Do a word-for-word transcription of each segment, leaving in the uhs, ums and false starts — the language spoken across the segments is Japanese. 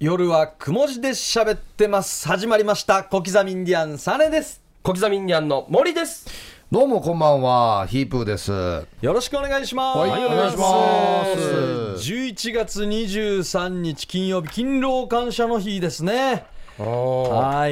夜はくも字で喋ってます。始まりました。小刻みインディアンサネです。 小刻みインディアンの森です。 どうもこんばんは、ヒープーです。 よろしくお願いします。 はい、お願いします。 じゅういちがつにじゅうさんにち金曜日、勤労感謝の日ですね。はい、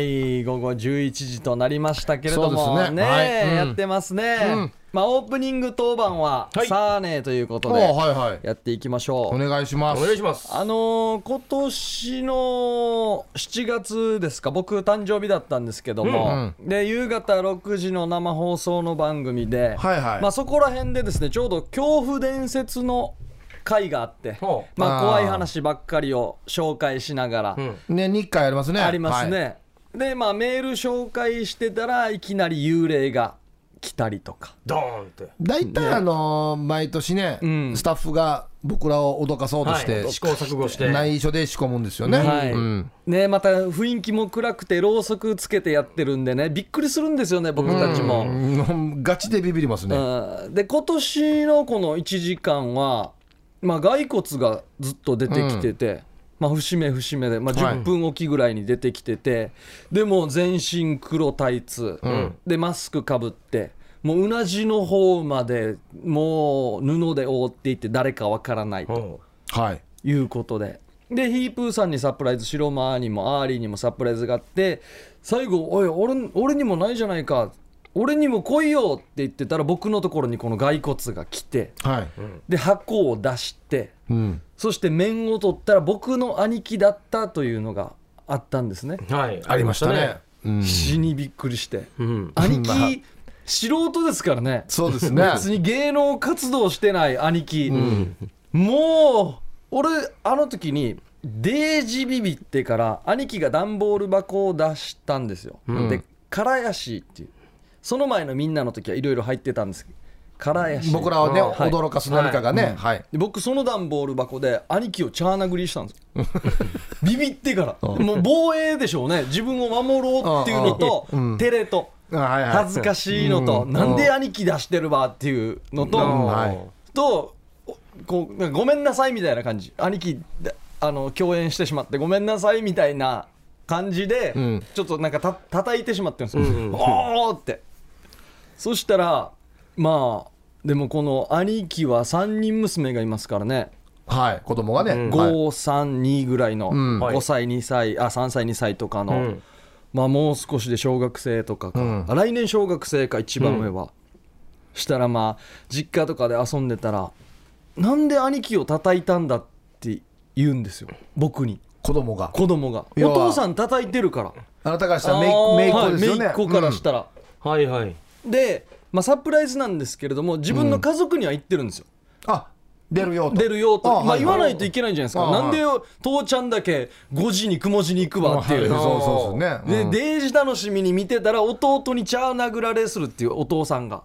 午後じゅういちじとなりましたけれども、 そうですね、 ね、 はいうん、 やってますね、うんまあ、オープニング当番は、はい、サーネーということでやっていきましょう、 はいはい、お願いします。 お願いします。 あのー、今年のしちがつですか、僕誕生日だったんですけども、うん、で夕方ろくじの生放送の番組で、はいはいまあ、そこら辺でですね、ちょうど恐怖伝説の回があって、まあ、怖い話ばっかりを紹介しながら、 うん、ね、日回ありますね。 ありますね、はい、で、まあ、メール紹介してたらいきなり幽霊が来たりとかドーンって大体あのー、毎年ね、うん、スタッフが僕らを脅かそうとして、 はい、試行錯誤して内緒で仕込むんですよね、 はいうんね、また雰囲気も暗くてろうそくつけてやってるんでね、びっくりするんですよね、僕たちも。 うんガチでビビりますね。 で今年のこのいちじかんは、まあ、骸骨がずっと出てきてて、うんまあ、節目節目で、まあ、じゅっぷんおきぐらいに出てきてて、はい、でも全身黒タイツ、うん、でマスクかぶってもううなじの方までもう布で覆っていて誰かわからないと、はい、いうことで、でヒープーさんにサプライズ、白間にもアーリーにもサプライズがあって、最後おい 俺, 俺にもないじゃないか、俺にも来いよって言ってたら、僕のところにこの骸骨が来て、はい、で箱を出して、うん、そして面を取ったら僕の兄貴だったというのがあったんですね。 はい、ありましたね、 うん、死にびっくりして、うん、兄貴、まあ素人ですからね。 そうですね。 別に芸能活動してない兄貴、うん、もう俺あの時にデージビビってから兄貴が段ボール箱を出したんですよ、うん、でカラヤシっていう、その前のみんなの時はいろいろ入ってたんですけど、カラヤシ僕らをね、はい、驚かす何かがね、はいはい、 で僕その段ボール箱で兄貴をチャー殴りしたんですビビってからもう防衛でしょうね、自分を守ろうっていうのと照れと恥ずかしいのと、なんで兄貴出してるわっていうのと、とこうごめんなさいみたいな感じ、兄貴あの共演してしまってごめんなさいみたいな感じで、うん、ちょっとなんかた叩いてしまってるんですよ、うんうん、おーって。そしたらまあでもこの兄貴はさんにん娘がいますからね、 はい、子供がね、 ご、さん、にぐらいの、うん、ごさいにさいあさんさいにさいとかの、うんまあ、もう少しで小学生とかか、うん、来年小学生か一番上は、うん、したらまあ実家とかで遊んでたら、なんで兄貴を叩いたんだって言うんですよ、僕に。 子供が子供がお父さん叩いてるから、 あなたからしたらめいっ子ですよね、 めいっ子からしたら、 うん、はいはいで、まあ、サプライズなんですけれども自分の家族には言ってるんですよ、 うん、あ出るよと出るよと、あ、まあ、言わないといけないんじゃないですか、あ、なんでよ父ちゃんだけごじにくもじに行くわっていう、 そうそうそうね、 うん、でデージ楽しみに見てたら弟にチャー殴られするっていうお父さんが、うん、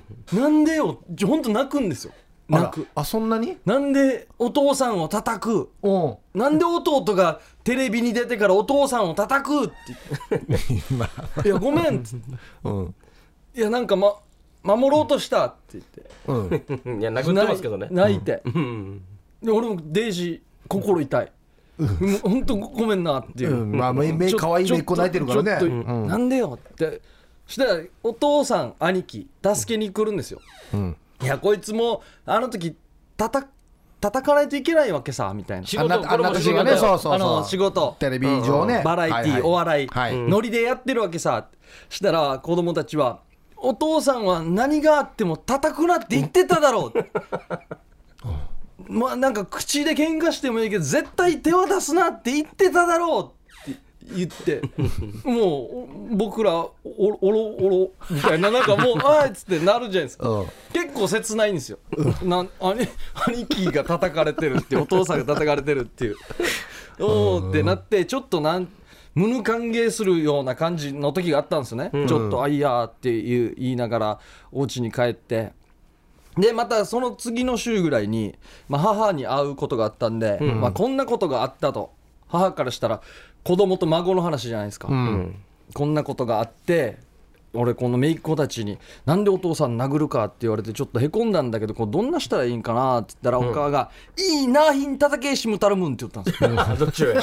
なんでよ、ほんと泣くんですよ、泣く。 あ、そんなになんでお父さんを叩く、なんで弟がテレビに出てからお父さんを叩くっていやごめんっつって、うん、いやなんかま守ろうとしたって言って、 うん、いや殴ってますけどね、 泣いて、うん、で俺もデイジー心痛い、うん、本当ごめんなっていう、うん、 まあ目可愛いめっ子泣いてるからね、 うん、なんでよってしたらお父さん兄貴助けに来るんですよ、うん、いやこいつもあの時叩叩かないといけないわけさみたいな、 仕事、 あなた仕事ね、そうそうそう、 あの仕事テレビ上ね、 バラエティー、はいはい、お笑い、はい、ノリでやってるわけさ、したら子供たちはお父さんは何があっても叩くなって言ってただろうまあなんか口で喧嘩してもいいけど絶対手は出すなって言ってただろうって言ってもう僕らおおろおろみたいな、なんかもうあーっつってなるじゃないですか、結構切ないんですよ、な兄, 兄貴が叩かれてるっていう、お父さんが叩かれてるっていうおーってなって、ちょっとなん無ぬ歓迎するような感じの時があったんですよね、うん、ちょっとあいやーって言いながらお家に帰って、でまたその次の週ぐらいに、まあ、母に会うことがあったんで、うんまあ、こんなことがあったと、母からしたら子供と孫の話じゃないですか、うん、こんなことがあって俺この姪っ子たちになんでお父さん殴るかって言われてちょっとへこんだんだけどこうどんなしたらいいんかなって言ったら、お母がいいなひんたたけしむたるむんって言ったんですよどっちよ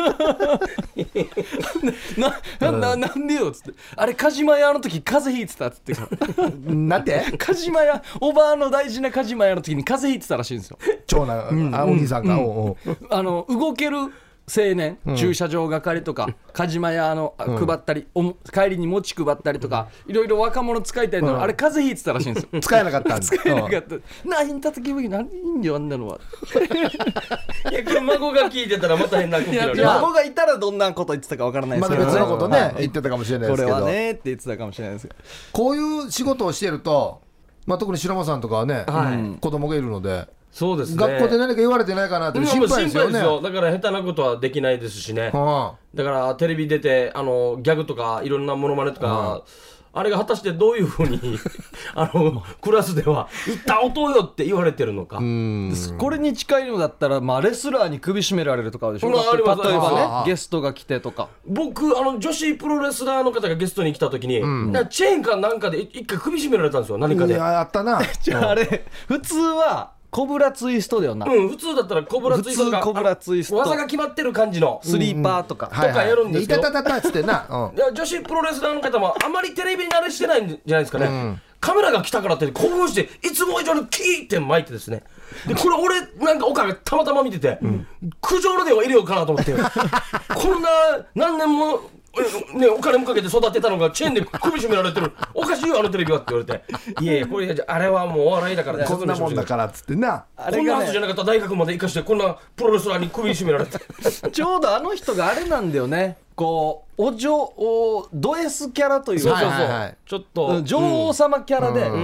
な, な, な, なんでよっつってあれ梶間屋の時風邪ひいてたっつってからなんて梶間屋おばあの大事な梶間屋の時に風邪ひいてたらしいんですよ。 長男、うん、あお兄さんが、うん、おうおうあの動ける青年、うん、駐車場係とか梶間屋の、うん、配ったりお帰りに餅配ったりとか、うん、いろいろ若者使いたいの、うん、あれ風邪ひいてたらしいんですよ。 使えなかったんです使えなかったなひんたたきぶき何いいんだよあんなのはいやこれ孫が聞いてたらまた変なこと言うね。孫がいたらどんなこと言ってたかわからないですけど、 まあ、別のことね、はい、言ってたかもしれないですけどこれはねって言ってたかもしれないですけど、 こういう仕事をしていると、まあ、特に白間さんとかはね、はい、子供がいるのでそうですね、 学校で何か言われてないかなって心配ですよね。 ですよ。だから下手なことはできないですしね、はあ、だからテレビ出てあのギャグとかいろんなモノマネとか、はあ、あれが果たしてどういうふうにあのクラスでは言った音よって言われてるのか。うーんこれに近いのだったら、まあ、レスラーに首絞められるとかでしょ、まあ、例えばねゲストが来てとか。僕あの女子プロレスラーの方がゲストに来た時に、うん、チェーンかなんかで一回首絞められたんですよ何かで。 いやあったなじゃああれ普通はコブラツイストだよな。 うん普通だったらコブラツイストがコブラツイスト技が決まってる感じのスリーパーとか、 うん、とかやるんですけど、 いたたたたっつってな、 うん、いや女子プロレスラーの方もあまりテレビに慣れしてないんじゃないですかね、うん、カメラが来たからって興奮していつも以上にキーって巻いてですね、でこれ俺なんか岡がたまたま見てて、うん、苦情の電話入れようかなと思ってこんな何年もね、お金もかけて育てたのがチェーンで首絞められてるおかしいよあのテレビはって言われて、いやいやこれあれはもうお笑いだからこんなもんだからっつってな、 あれがね、こんなはずじゃなかったら大学まで行かしてこんなプロレスラーに首絞められてちょうどあの人があれなんだよね、こうお嬢おド S キャラというか、 そうそうそう、はいはい、ちょっと女王様キャラで、 うん、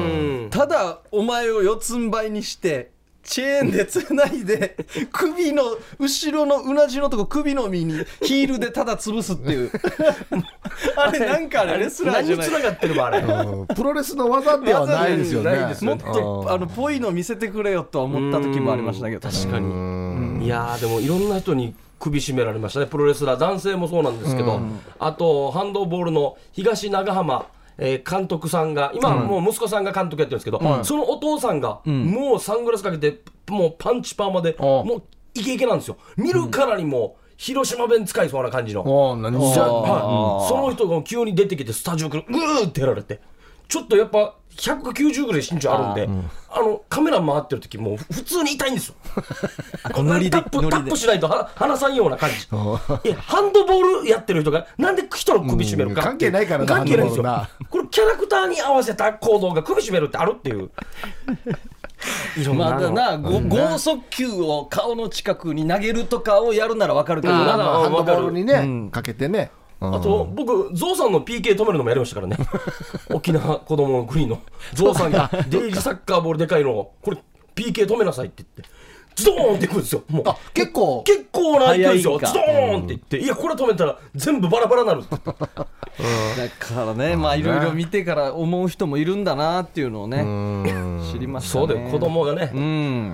ただお前を四つん這いにしてチェーンでつないで首の後ろのうなじのとこ首の身にヒールでただ潰すっていうあれなんかあれレスラーじゃない、 何につながってるのあれ、 うん、プロレスの技ではないですよね。 もっとあのぽいの見せてくれよとは思った時もありましたけど、 確かに、うん、いやでもいろんな人に首絞められましたねプロレスラー、男性もそうなんですけど、あとハンドボールの東長浜えー、監督さんが今はもう息子さんが監督やってるんですけど、うん、そのお父さんがもうサングラスかけてもうパンチパーマでもうイケイケなんですよ。見るからにも広島弁使いそうな感じの、 うん、何じゃ、 はい、その人が急に出てきてスタジオからグーってやられて、ちょっとやっぱひゃくきゅうじゅうぐらい身長あるんで、あ、うん、あのカメラ回ってる時もう普通に痛いんですよノリでタップタップしないと離さんような感じえハンドボールやってる人がなんで人の首絞めるか、 うん、関係ないからな、 関係ないんですよ。これキャラクターに合わせた行動が首絞めるってあるっていうまだな剛速球を顔の近くに投げるとかをやるなら分かるけど、 まあ、ハンドボールにね、うん、かけてね、 あと僕ゾウさんの ピーケー 止めるのもやりましたからね沖縄子供の国のゾウさんがデイジサッカーボールでかいのをこれ ピーケー 止めなさいって言ってズドーンってくるんですよ。もうあ結構結構な勢いですよ。ズドーンって言って、うん、いやこれ止めたら全部バラバラになるってだからね、まあいろいろ見てから思う人もいるんだなっていうのをね知りましたね。 そうだよ、子供がね、うん、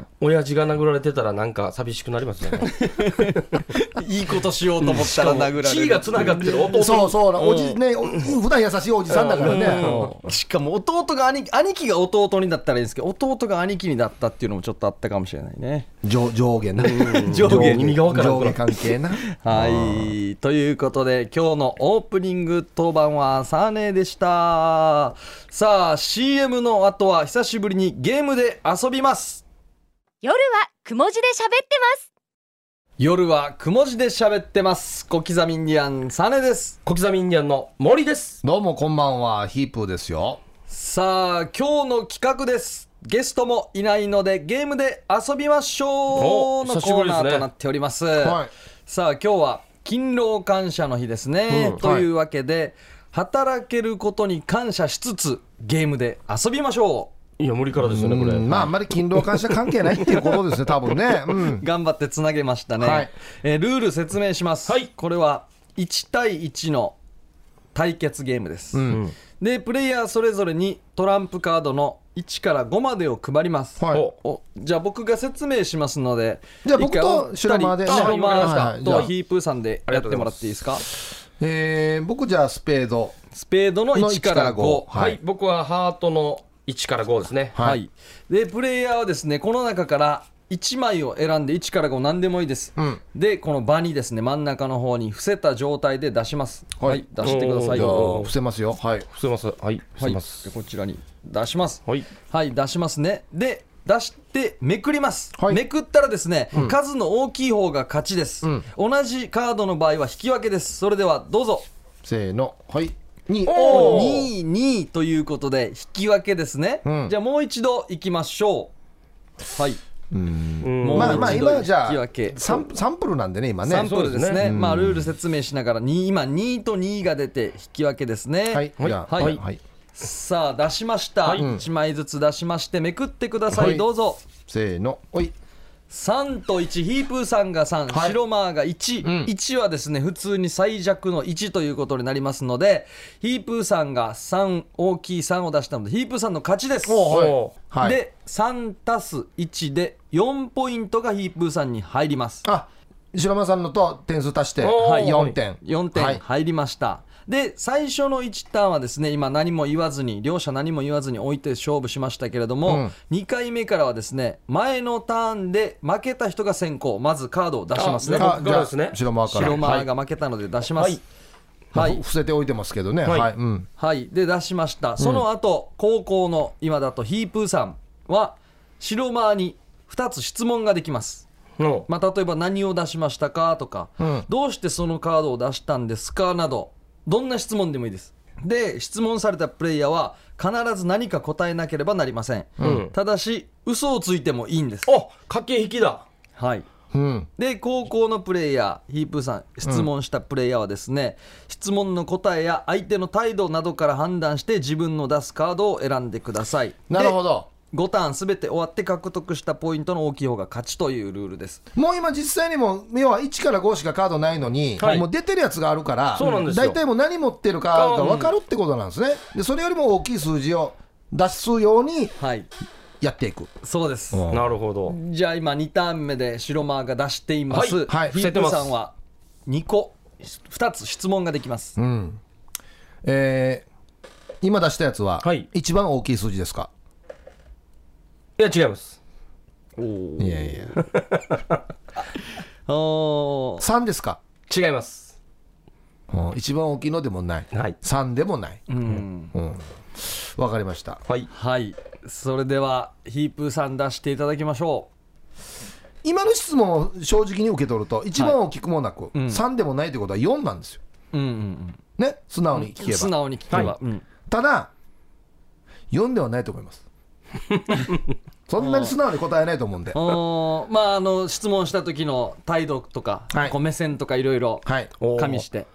親父が殴られてたらなんか寂しくなりますよねいいことしようと思ったら殴られる、 血がつながってる弟、 そうそうおじ、ね、普段優しいおじさんだからね、 うん、しかも弟が 兄, 兄貴が弟になったらいいんですけど、弟が兄貴になったっていうのもちょっとあったかもしれないね。 上, 上下な上下意味が分からん上下関係なはいということで今日のオープニング当番はサーネーでした。さあ シーエム の後は久しぶりにゲームで遊びます。 夜はくも字で喋ってます。 夜はくも字で喋ってます。小刻みインディアンサネです。 小刻みインディアンの森です。 どうもこんばんは、ヒープーですよ。 さあ今日の企画です。ゲストもいないのでゲームで遊びましょうのコーナーとなっております、はい、さあ今日は勤労感謝の日ですね、うん、というわけで、はい、働けることに感謝しつつゲームで遊びましょう。いや無理からですよねこれ。 まああんまり勤労感謝関係ないっていうことですね多分ね、うん、 頑張ってつなげましたね、はい、えー、ルール説明します、はい、これはいち対いちの対決ゲームです、うん、でプレイヤーそれぞれにトランプカードのいちからごまでを配ります、はい、おじゃあ僕が説明しますので、 じゃあ僕と白間で、ね、 白間とヒープーさんでやってもらっていいですか。 ええー、僕じゃあスペードスペードののいちからご。 はい、はい、僕はハートのいちからごですね。 はい、はい、でプレイヤーはですねこの中からいちまいを選んでいちからご何でもいいです、うん、でこの場にですね真ん中の方に伏せた状態で出します。はい、はい、出してください。 伏せますよ。はい、 伏せます。はい伏せます、 はい、でこちらに出します。 はい、 はい、出しますね。で出してめくります、はい、めくったらですね、うん、数の大きい方が勝ちです、うん、同じカードの場合は引き分けです。それではどうぞ。 せーの。はい、 に、に、にということで引き分けですね、うん、じゃあもう一度いきましょう。はい、 うん、まあまあ今はじゃあサン、サンプルなんでね今ね。 サンプルですね。まあルール説明しながらに今にとにが出て引き分けですね。 はい、 はい、 はい、はい、 さあ出しました、はい、いちまいずつ出しましてめくってください、はい、どうぞ。 せーの。おい、 さんといち、ヒープーさんがさん、はい、白マーがいち、うん、いちはですね普通に最弱のいちということになりますのでヒープーさんがさん大きいさんを出したのでヒープーさんの勝ちです。 はい、 でさんたすいちでよんポイントがヒープーさんに入ります。 あ、白間さんのと点数足してよんてん、 よんてん入りました、はい、で最初のいちターンはですね今何も言わずに両者何も言わずに置いて勝負しましたけれども、うん、にかいめからはですね前のターンで負けた人が先行まずカードを出しますね。 あじゃあですね白間から白間が負けたので出します。はいはい、伏せておいてますけどね。 はい、 はいうん、 はい、で出しました。その後、うん、後攻の今だとヒープーさんは白間にふたつ質問ができます。うんまあ、例えば何を出しましたかとか、うん、どうしてそのカードを出したんですかなどどんな質問でもいいです。で質問されたプレイヤーは必ず何か答えなければなりません、うん、ただし嘘をついてもいいんです。 あ、駆け引きだ。 はい、 うん、 で高校のプレイヤーヒープーさん質問したプレイヤーはですね、うん、質問の答えや相手の態度などから判断して自分の出すカードを選んでください。 なるほど。 ごターンすべて終わって獲得したポイントの大きい方が勝ちというルールです。 もう今実際にも要はいちからごしかカードないのに、はい、もう出てるやつがあるから大体もう何持ってるかが分かるってことなんですね。でそれよりも大きい数字を出すようにやっていく、はい、 そうです、 うん、なるほど。 じゃあ今にターン目で白マーが出しています、はいはい、ヒープさんはにこふたつ質問ができます、 うんえー、今出したやつは一番大きい数字ですか。 いや違います。 おいやいやおさんですか。 違います。 一番大きいのでもない、はい、さんでもない、うんうん、分かりました。 はい、はい、それではヒープーさん出していただきましょう。 今の質問を正直に受け取ると一番大きくもなく、はいうん、さんでもないということはよんなんですよ、うんうんうんね、素直に聞けば、 素直に聞けば、はいうん、 ただよんではないと思いますそんなに素直に答えないと思うんでまああの質問した時の態度とか、はい、こう目線とかいろいろ加味して、はい、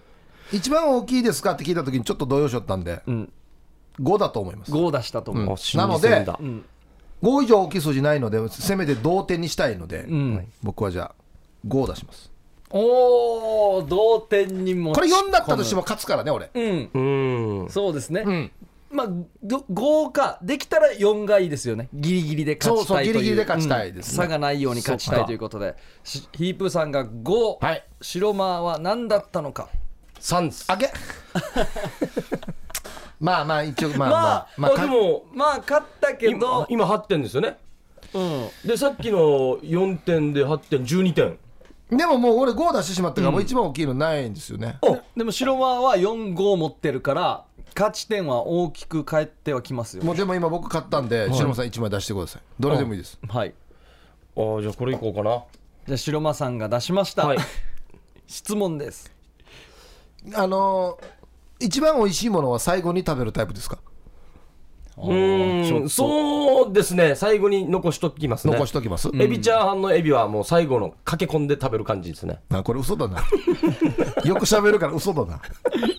一番大きいですかって聞いた時にちょっと動揺しちゃったんで、うん、ごだと思います。 ご出したと思う、うん、 なので、うん、ご以上大きい数字ないのでせめて同点にしたいので、うん、僕はじゃあごを出します。 おー同点にもこれよんだったとしても勝つからね俺、 うんうん、そうですね、うんまあ、ごかできたらよんがいいですよね。ギリギリで勝ちたいという、そうそうギリギリで勝ちたいです、ねうん、差がないように勝ちたいということでヒープーさんがご、はい、白マーは何だったのかさんです。 あげまあまあ一応まあまあ、まあ、まあ、でもまあ勝ったけど今, 今はってんですよね、うん、でさっきのよんてんではってんじゅうにてんでももう俺ご出してしまったから、うん、もう一番大きいのないんですよね。 で, でも白マーはよんご持ってるから勝ち点は大きく返ってはきますよ。 もうでも今僕勝ったんで、はい、白間さんいちまい出してください。どれでもいいです。 はい。 ああじゃあこれいこうかな。 じゃあ白間さんが出しました。はい、質問です。 あのー、一番美味しいものは最後に食べるタイプですか。 うーんそうですね。最後に残しときますね。 残しときます。 エビチャーハンのエビはもう最後の駆け込んで食べる感じですね。 あこれ嘘だな。よく喋るから嘘だな。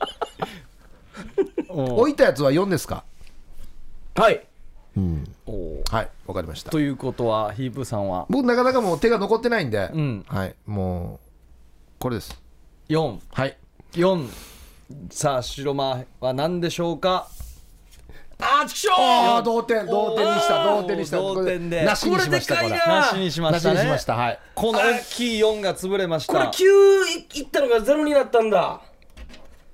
置いたやつはよんですか。 はい、 うん、はいわかりました。 ということはヒープーさんは僕なかなかもう手が残ってないんで、うん、はいもうこれですよんはいよんさあ白間は何でしょうか。 あーちくしょうあー同点同点にした同点にした同点でなしにしました。これなしにしましたね。 なしにしました、はい、 この大きいよんが潰れました。 これきゅういったのがゼロになったんだ。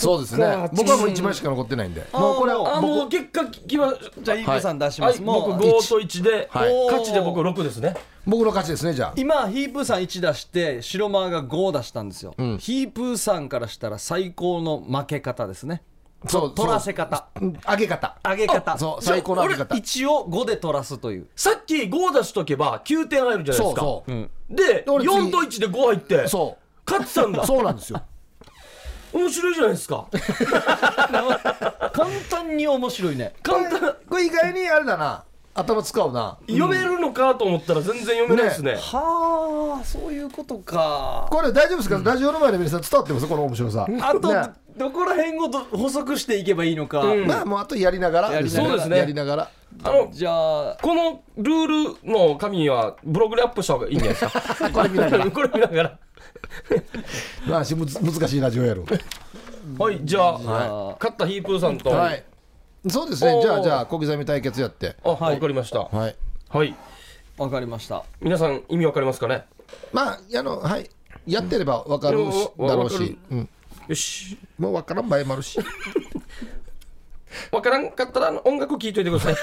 そうですね。僕はもういちまいしか残ってないんで、もうこれあもう結果きまじゃあイープさん出します、 はい、 もう僕ごといちで、 はい、 勝ちで僕ろくですね。 僕の勝ちですね。じゃあ今ヒープーさんいち出して白間がご出したんですよ、うん、ヒープーさんからしたら最高の負け方ですね。そう取らせ方、 上げ方上げ方、 そう最高の上げ方。 いちをごで取らすという。 さっきご出しとけばきゅうてん入るじゃないですか。 そうそう、うん、 でよんといちでご入ってそう勝ってたんだ。 そうなんですよ。 面白いじゃないですか。 簡単に面白いね。 簡単。 これ意外にあれだな、頭使うな。 読めるのかと思ったら全然読めないですね。ねはあ、そういうことか。 これ大丈夫ですか、うん、ラジオの前の皆さん伝わってますこの面白さ。 あと、ね、どこら辺をど補足していけばいいのか、 うん、まあもうあとやりながら。 そうですね。 やりながら。 あのじゃあこのルールの紙はブログでアップした方がいいんじゃないですか。 これ見ながら。 これ見ながら。 まあ難しいラジオやる。 はい、じゃあ、はい、勝ったヒープーさんと、 はい、そうですね。じゃあじゃあ小刻み対決やって。 あ、はい、わかりました。 はいはいわかりました。 皆さん意味わかりますかね。 まああのはいやってればわかるだろうし、うん、 よし、 もうわからん場合もあるし。 わからんかったら音楽聴いといてくださ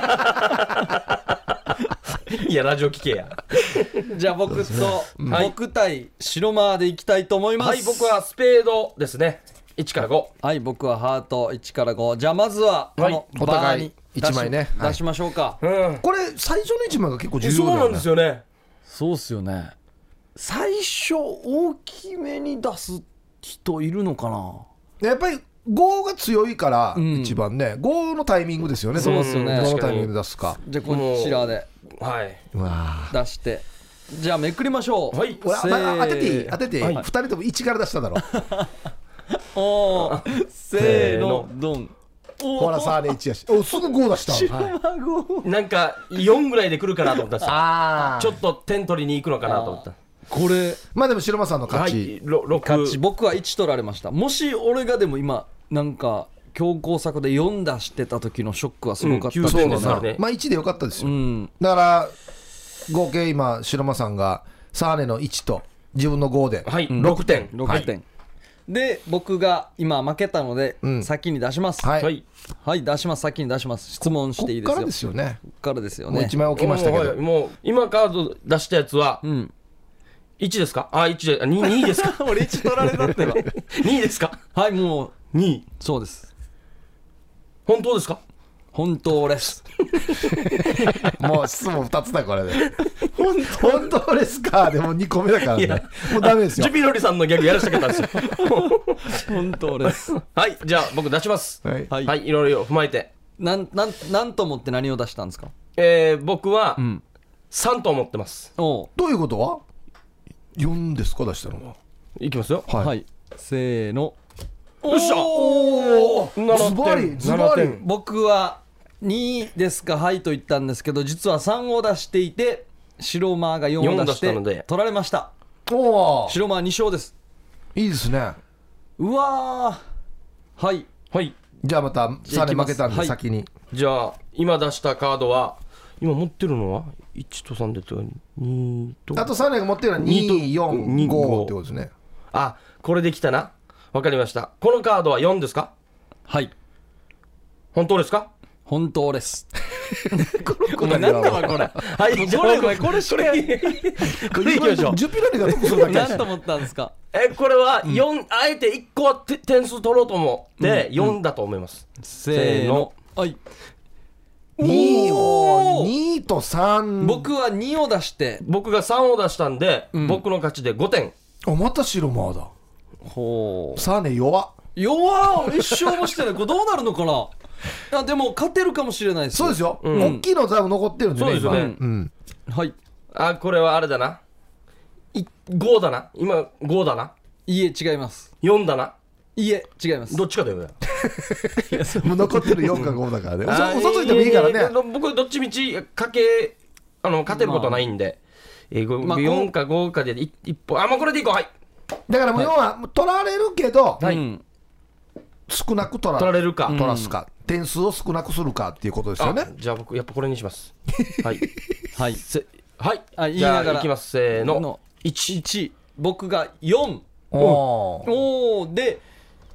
い。いやラジオ聴けや。 じゃあ僕と、はい、僕対白間でいきたいと思います。 はい、僕はスペードですね。いちからご。 はい、僕はハートいちからご。じゃあまずはこのバーにいちまいね出しましょうか、 はい、うん、 これ最初のいちまいが結構重要だよね。 そうなんですよね。 そうっすよね。最初大きめに出す人いるのかな。 やっぱりごが強いから、うん、一番ねごのタイミングですよね。 そうですよね。 どのタイミングで出すか。 じゃあこちらで出して、じゃあめくりましょう。 はい、 まあ、当てていい当てていい、はい、ふたりともいちから出しただろ。 おーせーのドン。 ほらさあねいちやし、おすぐご出した。 はい、なんかよんぐらいで来るかなと思ったんですよ。あちょっと点取りに行くのかなと思った。 これまあでも白間さんの勝ち、 はい、ろく勝ち。僕はいち取られました。もし俺がでも今なんか強攻策でよん出してた時のショックはすごかったですね、 うんね。まあいちでよかったですよ、うん、だから合計今白間さんがサーネのいちと自分のごで、 はい、ろくてんろくてん、はい、で僕が今負けたので先に出します、 うん、はい、 はい、出します。先に出します。質問していいですよ。 こっからですよね。 こっからですよね。 もういちまい置きましたけど、 もう今カード出したやつは、うん、いちですか。あ、いちで、に、にですか。 俺いち取られたってば。 にですか。 はい、もうに。そうです。 本当ですか。 本当です。 もう質問ふたつだこれで。本当ですか。でもにこめだからね。もうダメですよ。 ジュピロリさんのギャグやらせてかったんですよ。 本当です。 はい、じゃあ僕出します。はい、はい、はい、いろいろ踏まえて。 なん、なん、なんと思って何を出したんですか。 えー、僕はさんと思ってます。 おう、どういうことはよんですか出したのは。 いきますよ。 はい、はい、せーの。 よっしゃ。 おお、ズバリズバリ。 僕はにですかはいと言ったんですけど、実はさんを出していて白間がよんを出して取られました。 おお、 白間に勝です。 いいですね。 うわー、はいはい。 じゃあまたさんで負けたんで先に、はい、 じゃあ今出したカードは今持ってるのはいちとさんでにと、 あとさんが持ってるのはに、よん、ごってことですね。 あ、これできたな。わかりました。このカードはよんですか。 はい。 本当ですか。 本当です。 これ何だわこれ。 はい、これこれしかこれいきましょう。 ジュピロリがどこそれだけ。 何と思ったんですか。 え、これはよん、うん、あえていっこは点数取ろうと思ってよんだと思います。 うんうん、せーの。はい。 にをにとさん。 僕はにを出して僕がさんを出したんで、うん、僕の勝ちでごてん。 あ、また白間だ。 ほう。 さあね、弱弱っ。一生もしてない。これどうなるのかな。いやでも勝てるかもしれないです。 そうですよ、うん、大きいの多分残ってるんでね。 そうですよね、 うん、 はい。 あ、これはあれだな、ごだな。今ごだな。 いいえ違います。よんだな。 いいえ違います。 どっちかだよね。 もう残ってるよんかごだからね。嘘ついてもいいからね。 僕どっちみちかけあの勝てることないんで、まあ、えー、よんかごかでいっぽん。あ、もうこれでいこう。はい。 だからもう要は取られるけど、はい、少なく取ら、 取られるか取らすか、うん、点数を少なくするかっていうことですよね。 じゃあ僕やっぱこれにします。はいはいはい。 あ、言いながらいきます。せーの。いち。 いち。僕がよん。 おおで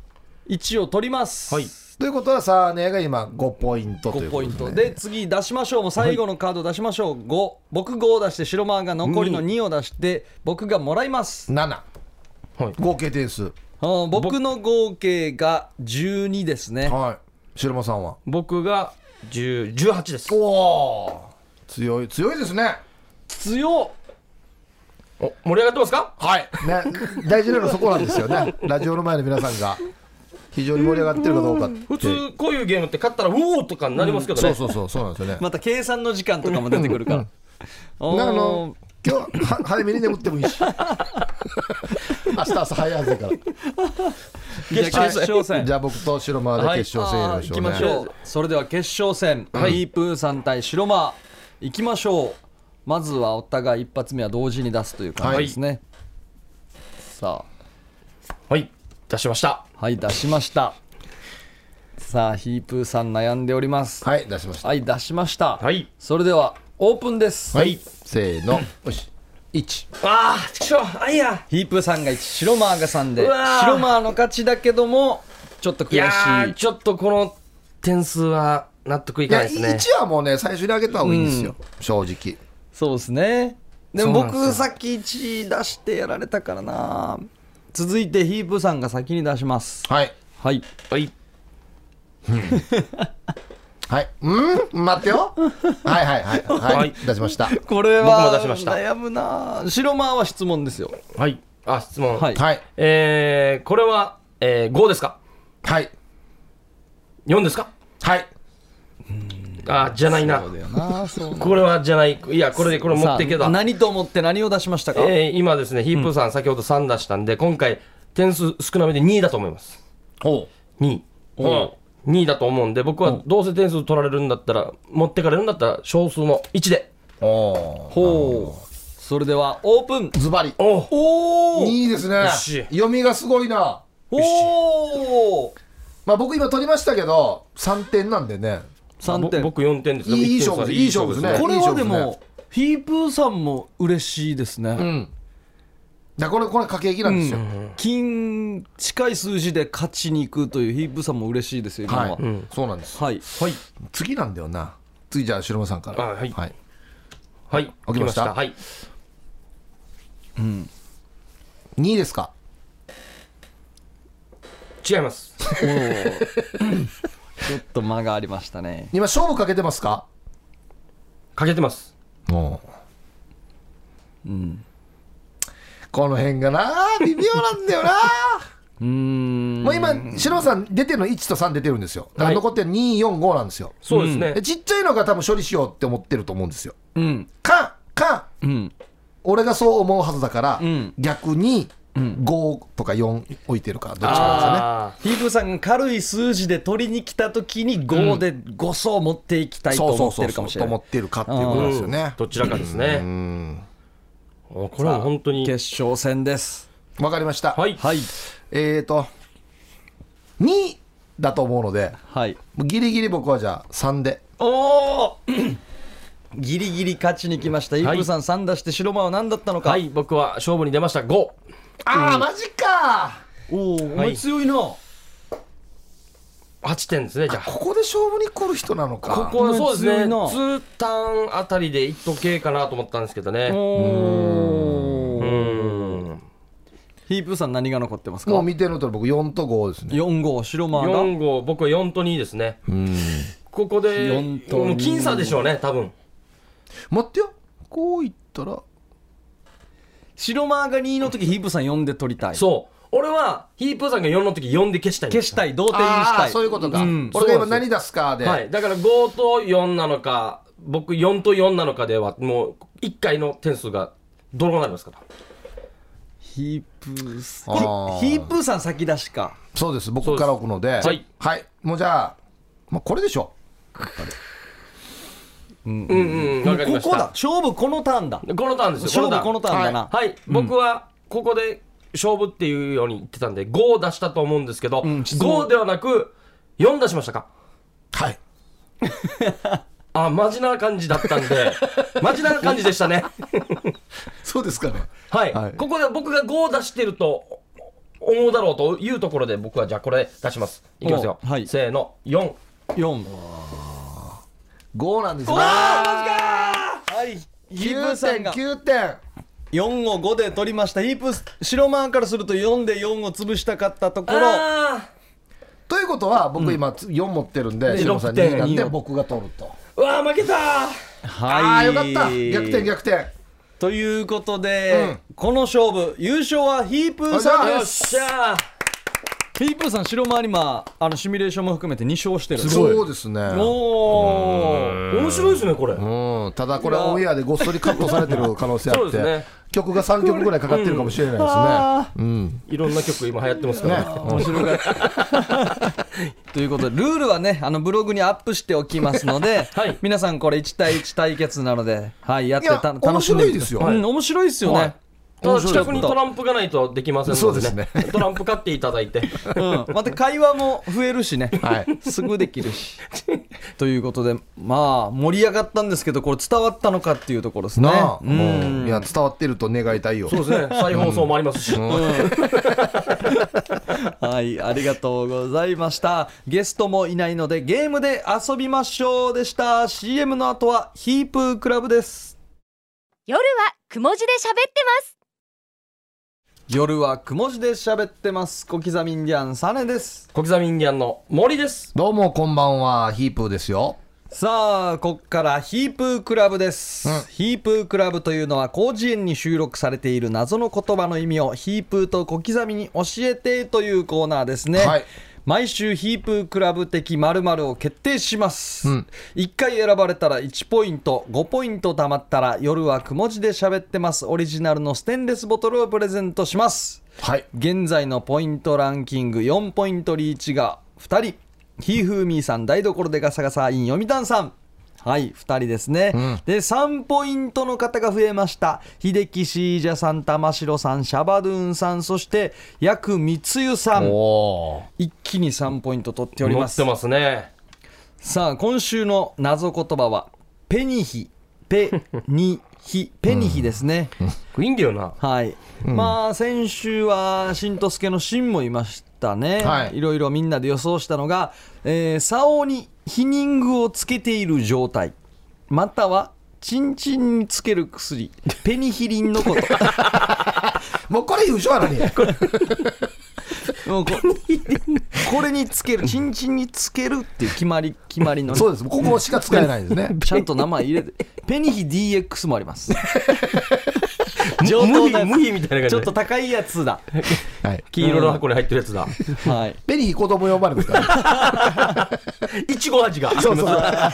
いちを取ります。 はい。 ということはサーネが今ごポイントというごポイことで、ね、 ントで次出しましょう。もう最後のカード出しましょう。ご、僕ごを出して白間が残りのにを出して僕がもらいます。 なな、はい、合計点数、 あ僕の合計がじゅうにですね。 はい。白間さんは僕がじゅう、じゅうはちです。 おお、強い強いですね。 強っ。 お盛り上がってますか？ はい、ね、大事なのはそこなんですよね。ラジオの前の皆さんが非常に盛り上がってるかどうかって。 普通こういうゲームって勝ったらうおーとかになりますけどね、 うん、そうそうそうそうなんですよね。 また計算の時間とかも出てくるから、 うん、あの今日は早めに眠ってもいいし明日朝早いはずだから決勝戦、 じゃあ僕と白間で決勝戦やりましょうね、 はい、行きましょう。それでは決勝戦、はい、ヒープーさん対白間行きましょう。まずはお互い一発目は同時に出すという感じですね、はい、さあはい出しました。 はい出しました。さあヒープーさん悩んでおります。 はい出しました。 はい出しました、 はい、 それではオープンです。 はい、せーの、よしいち。 ああちょあいやヒープーさんがいち、白マーがさんで白マーの勝ちだけどもちょっと悔しい。いやーちょっとこの点数は納得いかないですね。 いやいちはもうね最初に上げた方がいいんですよ、うん、正直。 そうですね。でも僕さっきいち出してやられたからな。続いてヒープさんが先に出します。 はいはいはいはい、うん待ってよはいはいはいはい、はい、出しました。 これは僕も出しました。 悩むな。白間は質問ですよ。 はいあ質問はい、 はい、 えー、これは、えー、ごですか？ はいよんですか？ はい。 あじゃないな。 そうだよな。そうこれはじゃない。いやこれでこれ持っていけた。 何と思って何を出しましたか？ えー、今ですねヒープーさん先ほどさん出したんで、今回点数少なめでにだと思います。 ほうににだと思うんで、僕はどうせ点数取られるんだったら持ってかれるんだったら少数のいちで。 おほう。それではオープン。 ズバリおおいいですね。読みがすごいな。 おお。 まあ僕今取りましたけどさんてんなんでね。 さんてん僕よんてんです。 いい勝負です。いい勝負ですね。 これはでもヒープーさんも嬉しいですね。 うん。だこれこれ駆け引きなんですよ、うん、 金近い数字で勝ちに行くというヒープーさんも嬉しいですよ今は、 はい、うん、そうなんです。 はい、はい、 次なんだよな。次じゃあ白間さんから。 あはいはいはい、 起きました。 はい、 うん、にいですか？ 違いますちょっと間がありましたね。 今勝負かけてますか？ かけてます。 もう、うん、この辺がな微妙なんだよなうーんもう今白間さん出てるのいちとさん出てるんですよ。だから残ってるに、よん、ごなんですよ。 そうですね、 うん、ちっちゃいのが多分処理しようって思ってると思うんですよ。 うん、 かか、 うん、 俺がそう思うはずだから、 うん、 逆にごとかよん置いてるかどっちかですよね。 ヒープさんが軽い数字で取りに来た時にごでご層持っていきたいと思ってるかもしれない。 そうそうそうそうと思ってるかっていうことですよね、 うん、どちらかですね。うんこれは本当に決勝戦です。 わかりました。 はい、 はい、 えーとにだと思うので、 はい、 ギリギリ僕はじゃあさんで。 おーギリギリ勝ちに来ました。イープーさんさん出して白間は何だったのか。 はい、僕は勝負に出ましたご。 あー、うん、マジか。 おお、お前強いな。 はちてんですね。じゃあここで勝負に来る人なのか。 ここそうですね。にターンあたりでいっとけかなと思ったんですけどね。 おーヒープーさん何が残ってますか？ もう見てると僕よんとごですね。 よん、ご白間がよん、ご僕はよんとにですね。うんここでもう僅差でしょうね多分。 待ってよ、こういったら白間がにの時ヒープーさんよんで取りたい。 そう俺はヒープーさんがよんの時よんで消したいんです。 消したい、同点にしたい。 そういうことか、うん、 俺が今何出すかで、 はい、だからごとよんなのか僕よんとよんなのかではもういっかいの点数がどうなりますからヒープーさんヒープーさん先出しか。 そうです、僕から置くので、はい、はい、もうじゃあ、まあ、これでしょうんうんうん、分かりました。 ここだ勝負、このターンだ。 このターンですよ。 勝負このターンだな。 はい、はい、うん、僕はここで勝負っていうように言ってたんでごを出したと思うんですけど、うん、ごではなくよん出しましたか？ はいあ、マジな感じだったんでマジな感じでしたねそうですかね。 はい、はい、ここで僕がごを出してると思うだろうというところで僕はじゃあこれ出します。いきますよ、はい、せーのよん。 よん。 ごなんですね。 はい、ヒープさんがきゅうてん。 よんをごで取りました。ヒープ白マンからするとよんでよんを潰したかったところ。 ということは僕今よん持ってるんで、白さんになんで僕が取ると。 うわー負けたー。 はい、 あーよかった、逆転逆転ということで、うん、この勝負優勝はヒープーさんです。よっしゃー。ヒープーさん白回り今あのシミュレーションも含めてに勝してる。 そうですね。 おー面白いですねこれ。 うん、ただこれオンエアでごっそりカットされてる可能性あって、ね、曲がさんきょくぐらいかかってるかもしれないですね。うん、 いろんな曲今流行ってますからね。 面白いということでルールはねあのブログにアップしておきますので、はい、皆さんこれいちたいいち対決なので、はい、やってた楽しんでみて。面白いですよ、うん、面白いですよね、はい。 ただ近くにトランプがないとできませんので ね, でねトランプ買っていただいて、 うん、また会話も増えるしね、はい、すぐできるしということでまあ盛り上がったんですけどこれ伝わったのかっていうところですね。 なあ、うん、いや伝わってると願いたいよ。 そうですね、再放送もありますし、うんうん、 はいありがとうございました。ゲストもいないのでゲームで遊びましょうでした。 シーエム の後はヒープークラブです。 夜はくも字で喋ってます。 夜はくも字で喋ってます。小刻みインディアンサネです。 小刻みインディアンの森です。 どうもこんばんは、ヒープーですよ。 さあこっからヒープークラブです、うん、ヒープークラブというのは広辞苑に収録されている謎の言葉の意味をヒープーと小刻みに教えてというコーナーですね、はい。毎週ヒープークラブ的〇〇を決定します、うん、いっかい選ばれたらいちポイント、ごポイント貯まったら夜はくも字で喋ってますオリジナルのステンレスボトルをプレゼントします、はい。現在のポイントランキングよんポイントリーチがふたり、ひーふーみーさん、台所でガサガサイン読谷さん、はいふたりですね、うん、でさんポイントの方が増えました。秀樹シージャさん、玉城さん、シャバドゥーンさん、そしてヤクミツユさん、一気にさんポイント取っております。 持ってますね。 さあ今週の謎言葉はペニヒ、ペニヒ、ペニヒですね、 うん、いいんだよな、 はい、うん、まあ先週はしんとすけのしんもいましたね、はい、いろいろみんなで予想したのが、えー、竿にヒニングをつけている状態、またはチンチンにつける薬ペニヒリンのこともうこれ優勝やのにもう こ, これにつける、チンチンにつけるっていう決まり決まりの、ね、 そうです、ここしか使えないですねちゃんと名前入れてペニヒ ディーエックス もあります上等な無比みたいな感じでちょっと高いやつだ、 はい、黄色の箱に入ってるやつだ、 うん、はい、 ペニヒ子供呼ばれるんですかいちご味がそうそう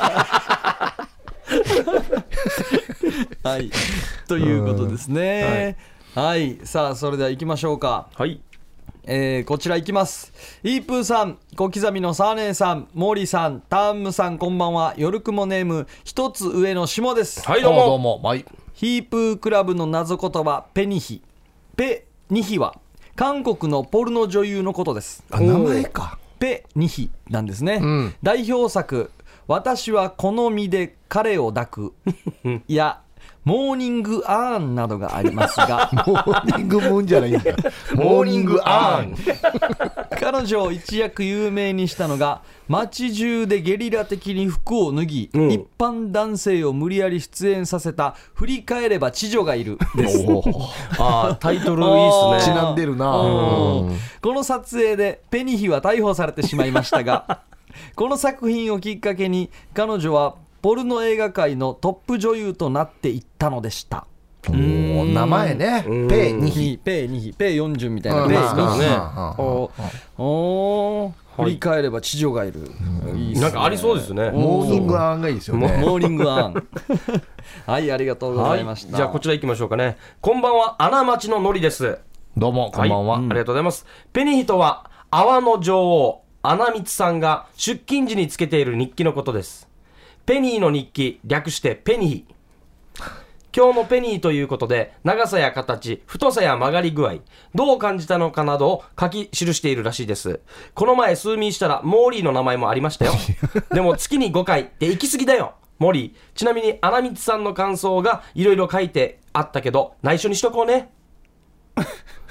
はい、ということですね、はい、はい、さあそれでは行きましょうか。 はい、 えー、こちら行きます。イープーさん、小刻みのサーネーさん、モーリーさん、タームさん、こんばんは。夜雲ネーム一つ上の下です。 はい、どうもどうも、はい、 ヒープークラブの謎言葉ペニヒ、ペニヒは韓国のポルノ女優のことです。 あ、名前か。 ペニヒなんですね、うん、代表作私は好みで彼を抱くやモーニングアーンなどがありますがモーニングムーンじゃないんだモーニングアーン彼女を一躍有名にしたのが街中でゲリラ的に服を脱ぎ、うん、一般男性を無理やり出演させた振り返れば知女がいるですあ、タイトルいいっすね、 ちなんでるな。 この撮影でペニヒは逮捕されてしまいましたがこの作品をきっかけに彼女はポルノ映画界のトップ女優となっていったのでした。 おー、名前ね、ペニヒ、 ペニヒ、ペよんじゅうみたいなペニヒね。おお、振り返れば知女がいる、 いいっすね、なんかありそうですね。 モーニングアーンがいいですよね。 モーニングアーンはい、ありがとうございました、 はい、じゃあこちら行きましょうかね。こんばんは、穴町ののりです。 どうもこんばんは、 はい、うん、ありがとうございます。ペニヒとは泡の女王穴光さんが出勤時につけている日記のことです。ペニーの日記、略してペニヒ。今日のペニーということで、長さや形、太さや曲がり具合、どう感じたのかなどを書き記しているらしいです。この前数ミしたらモーリーの名前もありましたよでも月にごかいって行き過ぎだよモーリー。ちなみに穴光さんの感想がいろいろ書いてあったけど内緒にしとこうね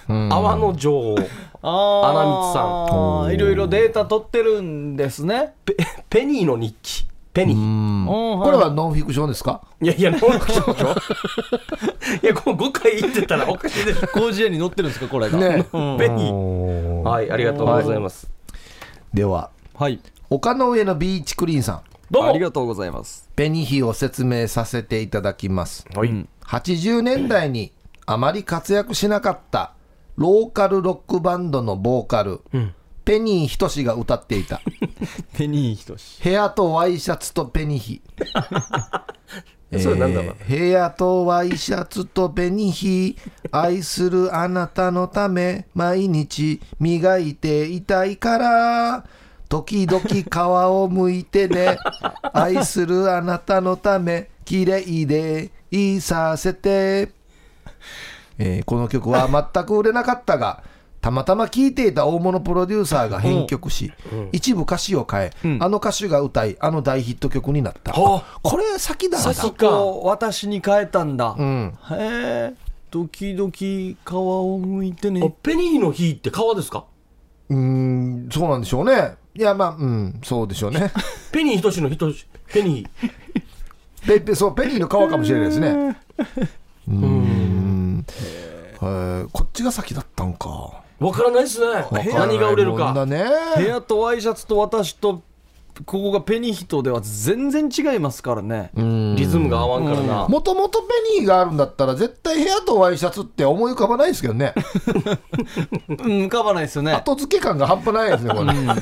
泡の女王あ穴光さんいろいろデータ取ってるんですね。 ペペニーの日記ペニーこれはノンフィクションですか？ いやいやノンフィクションでしょいやごかい言ってたらおかしいです。 広辞苑に載ってるんですかこれが、 ね、 ペニーはいありがとうございます、 はい、では、 はい、 丘の上のビーチクリーンさんどうもありがとうございます。 ペニヒを説明させていただきます、 はい、 はちじゅうねんだいにあまり活躍しなかったローカルロックバンドのボーカル、うん、ペニーひとしが歌っていたペニーひとしヘアとワイシャツとペニヒそれなんだろう、 えー、ヘアとワイシャツとペニヒ愛するあなたのため毎日磨いていたいから時々皮をむいてね愛するあなたのため綺麗でいさせて、えー、この曲は全く売れなかったがたまたま聴いていた大物プロデューサーが編曲し、うん、一部歌詞を変え、うん、あの歌手が歌いあの大ヒット曲になった、うん、これ先だな先か私に変えたんだ、うん、へえ時々皮をむいてね。 ペニーの日って皮ですか？ うーんそうなんでしょうね。いやまあうんそうでしょうねペニーひとしのひとしペニーペペそうペニーの皮かもしれないですねうーんへこっちが先だったんかわからないですね。何が売れるかだ、ね、 ヘアとワイシャツと私とここがペニヒトでは全然違いますからね。 リズムが合わんからな。 もともとペニーがあるんだったら絶対ヘアとワイシャツって思い浮かばないですけどねうん浮かばないですよね。 後付け感が半端ないですねこれ、うん、はい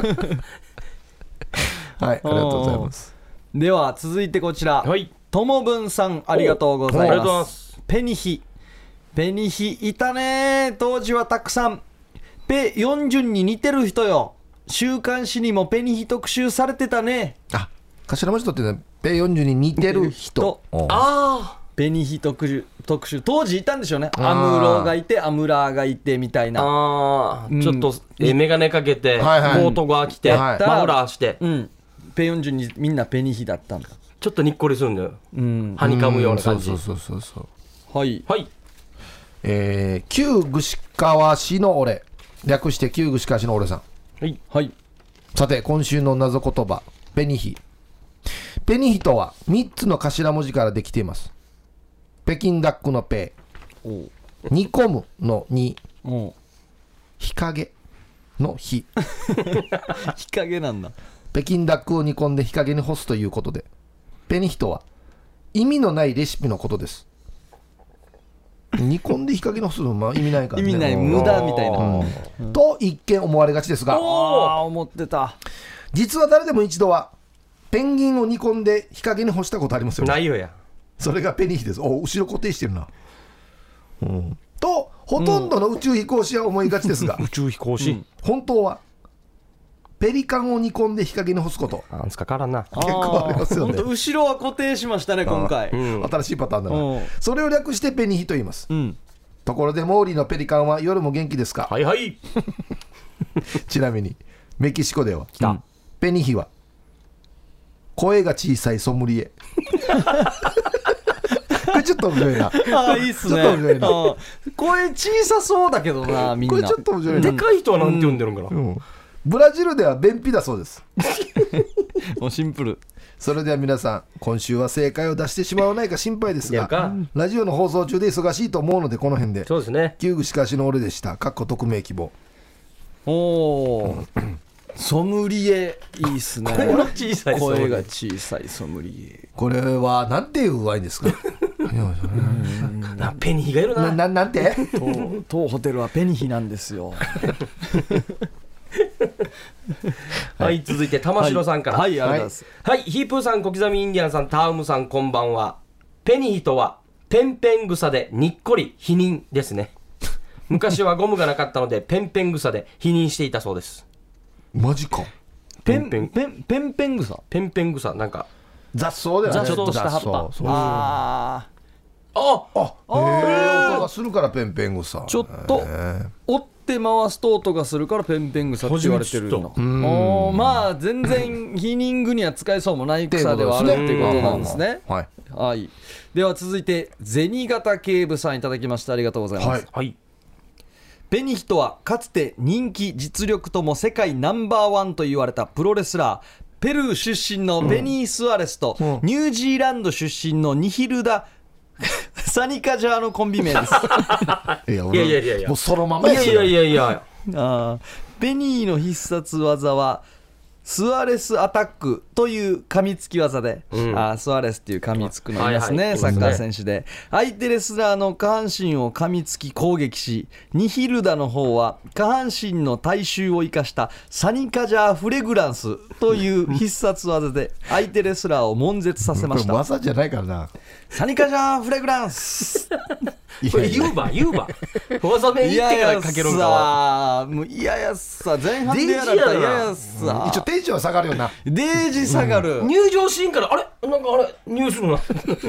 ありがとうございます。 では続いてこちら、 はい、 ともぶんさんありがとうございます。ペニヒペニヒいたね当時はたくさん。ペよんじゅうに似てる人よ。週刊誌にもペニヒ特集されてたね。 あ頭文字取ってねペよんじゅうに似てる人ああペニヒ特集特集当時いたんでしょうね。アムロがいてアムラーがいてみたいな。 あ、うん、ちょっとえ眼鏡かけて、はいはい、コートが着て、はい、マフラーして、 うん、ペよんじゅうにみんなペニヒだったんだ。 ちょっとにっこりするんだよ、うん、はにかむような感じ。 そうそうそうそうはいはい、 えー、旧串川市の俺略して旧串川市の俺さん。 はい、はい、 さて今週の謎言葉ペニヒ。ペニヒとはみっつの頭文字からできています。北京ダックのペー、煮込むのに、日陰の日日陰なんだ。 北京ダックを煮込んで日陰に干すということでペニヒとは意味のないレシピのことです。煮込んで日陰に干すのは意味ないからね。 意味ない無駄みたいな、 うん、と一見思われがちですが、 あ思ってた。 実は誰でも一度はペンギンを煮込んで日陰に干したことありますよね。 ないよや。 それがペニヒです。お後ろ固定してるな、うん、とほとんどの宇宙飛行士は思いがちですが、 うん、宇宙飛行士、うん、 本当はペリカンを煮込んで日陰に干すことなんすかからんな。 結構ありますよね。 後ろは固定しましたね今回、 うん、新しいパターンだな。それを略してペニヒと言います、うん、ところでモーリーのペリカンは夜も元気ですか？ はいはいちなみにメキシコではペニヒは声が小さいソムリエこれちょっと面白いな。 あいいっすね。ちょっと面白いな。声小さそうだけどなみんな。 これちょっと面白いな。 でかい人はなんて呼んでるんかな、うんうん、 ブラジルでは便秘だそうですもうシンプル。 それでは皆さん今週は正解を出してしまわないか心配ですが、ラジオの放送中で忙しいと思うのでこの辺で。 そうですね。 旧串川市の俺でした。かっこ匿名希望。 おおソムリエいいっすね。 声が小さい声が小さいソムリエ。 これはなんていうワインですか？ ペニヒがいるな。 な、な、なんて当ホテルはペニヒなんですよはい、続いて玉城さんから。 はい、はい、ありがとうございます。 はい、ヒープーさん、小刻みインディアンさん、タウムさん、こんばんは。ペニヒとはペンペン草でにっこり否認ですね。昔はゴムがなかったのでペンペン草で否認していたそうです。 マジか。 ペンペンペンペンペン草ペンペン草なんか雑草だよね。 ちょっとした葉っぱ。 ああああええ音がするからペンペン草。 ちょっと折って回すと音がするからペンペン草って言われてるの。おまあ全然ヒーニングには使えそうもない草ではあるっていうことなんですね。 はい、 はい、では続いて銭形警部さんいただきました。ありがとうございます。 はい、 ペニヒとはかつて人気実力とも世界ナンバーワンと言われたプロレスラー、ペルー出身のベニー・スアレスと、うん、ニュージーランド出身のニヒルダサニカジャーのコンビ名ですいやいやいやいやもうそのままやいやいやいやあペニーの必殺技はスアレスアタックという噛みつき技で、うん、あスアレスっていう噛みつくのいますね、はいはい、サッカー選手で、相手レスラーの下半身を噛みつき攻撃し、ニヒルダの方は下半身の体臭を生かしたサニカジャーフレグランスという必殺技で相手レスラーを悶絶させました。 これ技じゃないからな、 サニカジャーフレグランスこれ言うば言うば技名言ってからかけるんかはもういややっさ前半でやられたらいややっさ、 一応テンションは下がるよな、 デージ下がる、 うん、入場シーンからあれなんかあれニュースのな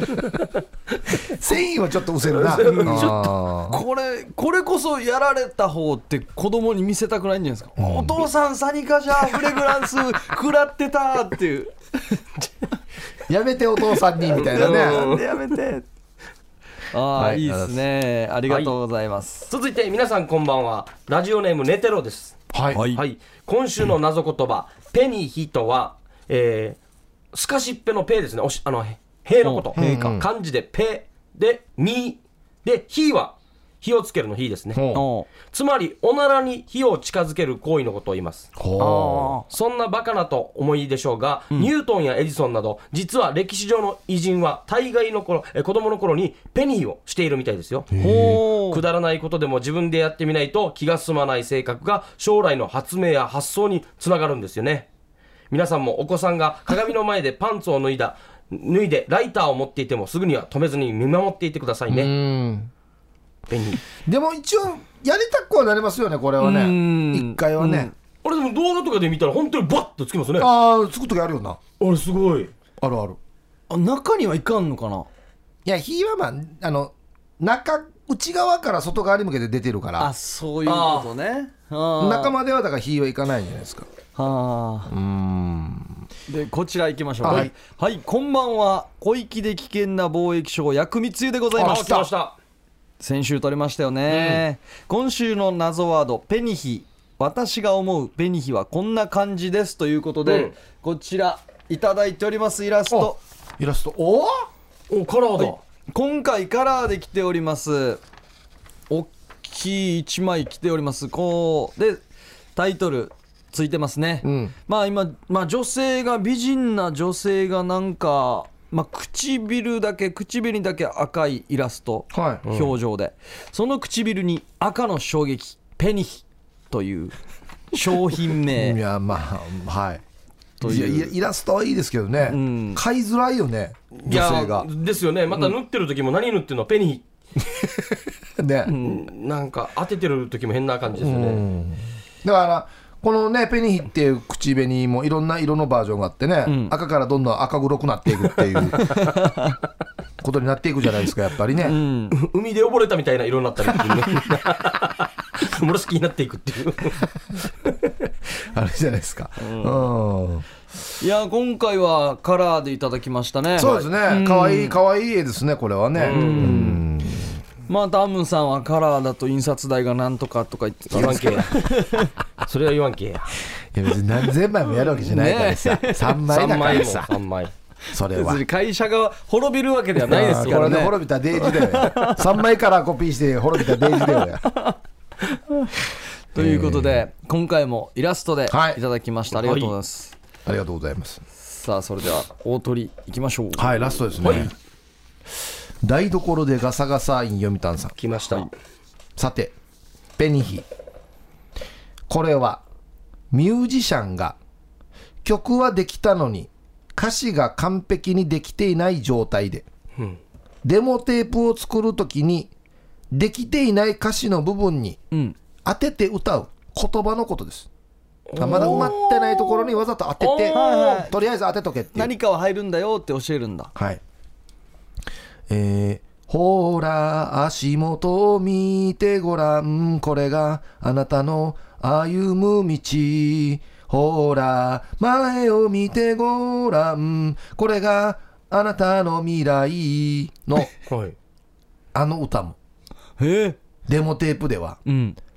繊維はちょっとうせるなちょっとこれこれこそやられた方って子供に見せたくないんじゃないですか、うん、お父さんサニカジャーフレグランス食らってたっていうやめてお父さんにみたいなねなんでやめてああ、はい、いいですね、ありがとうございます、 はい、続いて皆さんこんばんは、ラジオネームネテロです。 はい、はいはい、今週の謎言葉、ペニヒとは、えー、スカシッペのペですね、おしあの兵のこと、兵か、漢字でペでミでヒは火をつけるの火ですね。つまりおならに火を近づける行為のことを言います。そんなバカなと思いでしょうが、うん、ニュートンやエジソンなど実は歴史上の偉人は大概の頃え子供の頃にペニーをしているみたいですよ。くだらないことでも自分でやってみないと気が済まない性格が将来の発明や発想につながるんですよね。皆さんもお子さんが鏡の前でパンツを脱いだ脱いでライターを持っていてもすぐには止めずに見守っていてくださいね。うんでも一応やりたくはなりますよね、これはね、一回はね。 あれでも動画とかで見たら本当にバッとつきますね。 ああ、つくときあるよな。 あれすごいあるある。 あ、中にはいかんのかな。 いや、火はまああの中内側から外側に向けて出てるから。 あ、そういうことね。 中まではだから火はいかないんじゃないですか。 はあ、うーんでこちら行きましょう。はい、はい、こんばんは。小粋で危険な貿易商薬味つゆでございます。 あ、来ました。 先週取れましたよね、うん、今週の謎ワードペニヒ、私が思うペニヒはこんな感じですということで、うん、こちらいただいておりますイラスト。 イラストおおカラーだ、はい、 今回カラーで来ております。大きいいちまい来ております。こうでタイトルついてますね、うん、まあ今、まあ、女性が美人な女性がなんかまあ、唇だけ唇にだけ赤いイラスト、はい、表情で、うん、その唇に赤の衝撃ペニヒという商品名いやまあはいという イ, イラストはいいですけどね、うん、買いづらいよね女性が。 ですよね。また縫ってる時も何縫ってるのペニヒね、 うん、なんか当ててる時も変な感じですよね、うん、 だからこのねペニヒっていう口紅もいろんな色のバージョンがあってね、うん、赤からどんどん赤黒くなっていくっていうことになっていくじゃないですかやっぱりね、うん、 海で溺れたみたいな色になったりっていうね紫になっていくっていうあれじゃないですか、 うんうん、いや今回はカラーでいただきましたね。 そうですね、かわいいかわいい絵ですねこれはね。うん、うんまあタムさんはカラーだと印刷代がなんとかとか言ってた言わんけやそれは言わんけや。いや別に何千枚もやるわけじゃないからさ、ね、さんまいだからささんまいそれは会社が滅びるわけではないですからね。 これで滅びたデージだよねさんまいからコピーして滅びたデージだよねということで、えー、今回もイラストでいただきました、はい、ありがとうございます、 はい、ありがとうございます。 さあそれでは大鳥いきましょう。 はい、ラストですね、はい、台所でガサガサイン読谷さん来ました、はい、 さてペニヒ、これはミュージシャンが曲はできたのに歌詞が完璧にできていない状態で、うん、デモテープを作るときにできていない歌詞の部分に当てて歌う言葉のことです、うん、まだ埋まってないところにわざと当てて、とりあえず当てとけっていう、 何かは入るんだよって教えるんだ。 はい、えーほら足元を見てごらん、これがあなたの歩む道、ほら前を見てごらん、これがあなたの未来の、はい、あの歌もへデモテープでは、うん、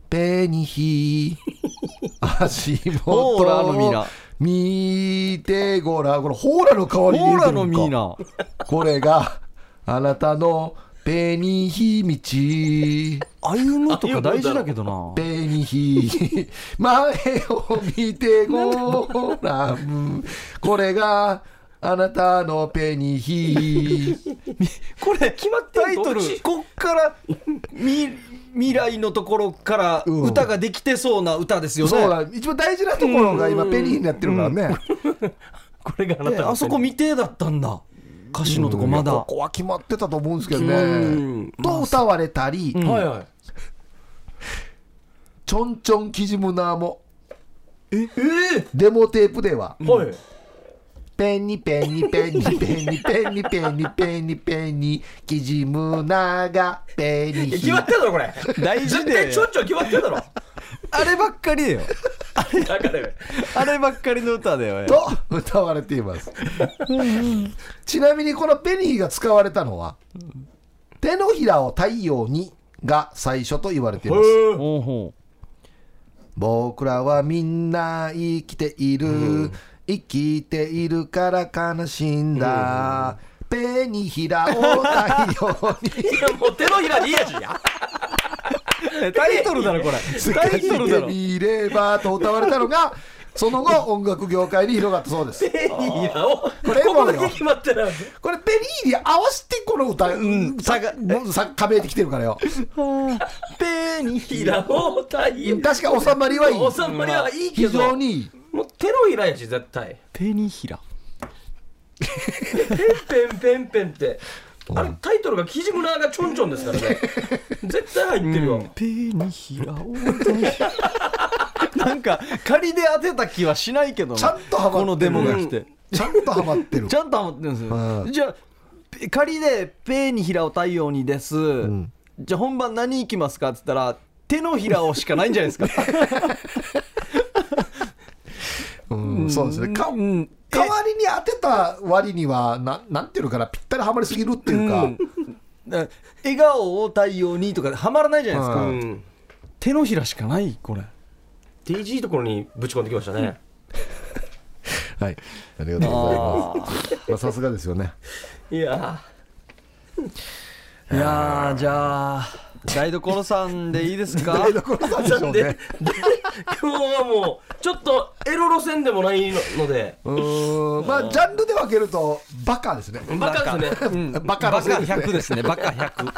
ペニヒ足ほーらのミー元ナ見てごらん。これホーラの代わりにほーら入れてるんかのミーナこれがあなたのペニヒ道歩むとか大事だけどな。 ペニヒ前を見てごらんこれがあなたのペニヒこれ決まってんのタイトルこっからみ未来のところから歌ができてそうな歌ですよね、 そうだ一番大事なところが今ペニヒになってるからね、 これがあなたのえあそこ未定だったんだ歌詞のとこまだ、 ここは決まってたと思うんですけどうねんと歌われたり、 うんはいはいちょんちょんキジムナーもええデモテープでははいペンニペンニペンニペンニペンニペンニペンニペンニキジムナがペニヒ決まってんだろこれ大事絶だよ対ちょんちょん決まってんだろあればっかりだよだからねあればっかりの歌だよと歌われていますちなみにこのペニヒが使われたのは手のひらを太陽にが最初と言われていますほうほ僕らはみんな生きている、うん、生きているから悲しんだ、うん、ペニヒラを太陽にいやもう手のひらにいいやしやタイトルだろこれタイトルだろ見ればと歌われたのがその後音楽業界に広がったそうですペニヒラをこれこだけ決まってないこれペニヒに合わせてこの歌、うん、ささ加盟できてるからよペニヒラを太陽確か収まりはいい収まりはいいけど非常にいいもう手のひらやし絶対ペニヒラペンペンペンペンってあれタイトルがキジムナーがちょんちょんですからね絶対入ってるよ、うん、 ペニヒラをなんか仮で当てた気はしないけどなちゃんとハマってるこのデモが来て、うん、 ちゃんとハマってるちゃんとハマってるんですよ、 うん、 じゃあ仮でペニヒラを太陽にです、うん、じゃあ本番何いきますかって言ったら手のひらをしかないんじゃないですかうん、そうですねか、うん、代わりに当てた割にはななんていうのかなぴったりはまりすぎるっていうか、うん、 だから笑顔を太陽にとかはまらないじゃないですか、うん、手のひらしかないこれディージー ところにぶち込んできましたねはいありがとうございますまあさすがですよねいやいやじゃあ台所さんでいいですか台所さんでしょうね今日はもうちょっとエロ路線でもないのでうーんまあジャンルで分けるとバカですねバカですね、 うん、バカバカひゃくですねバカひゃく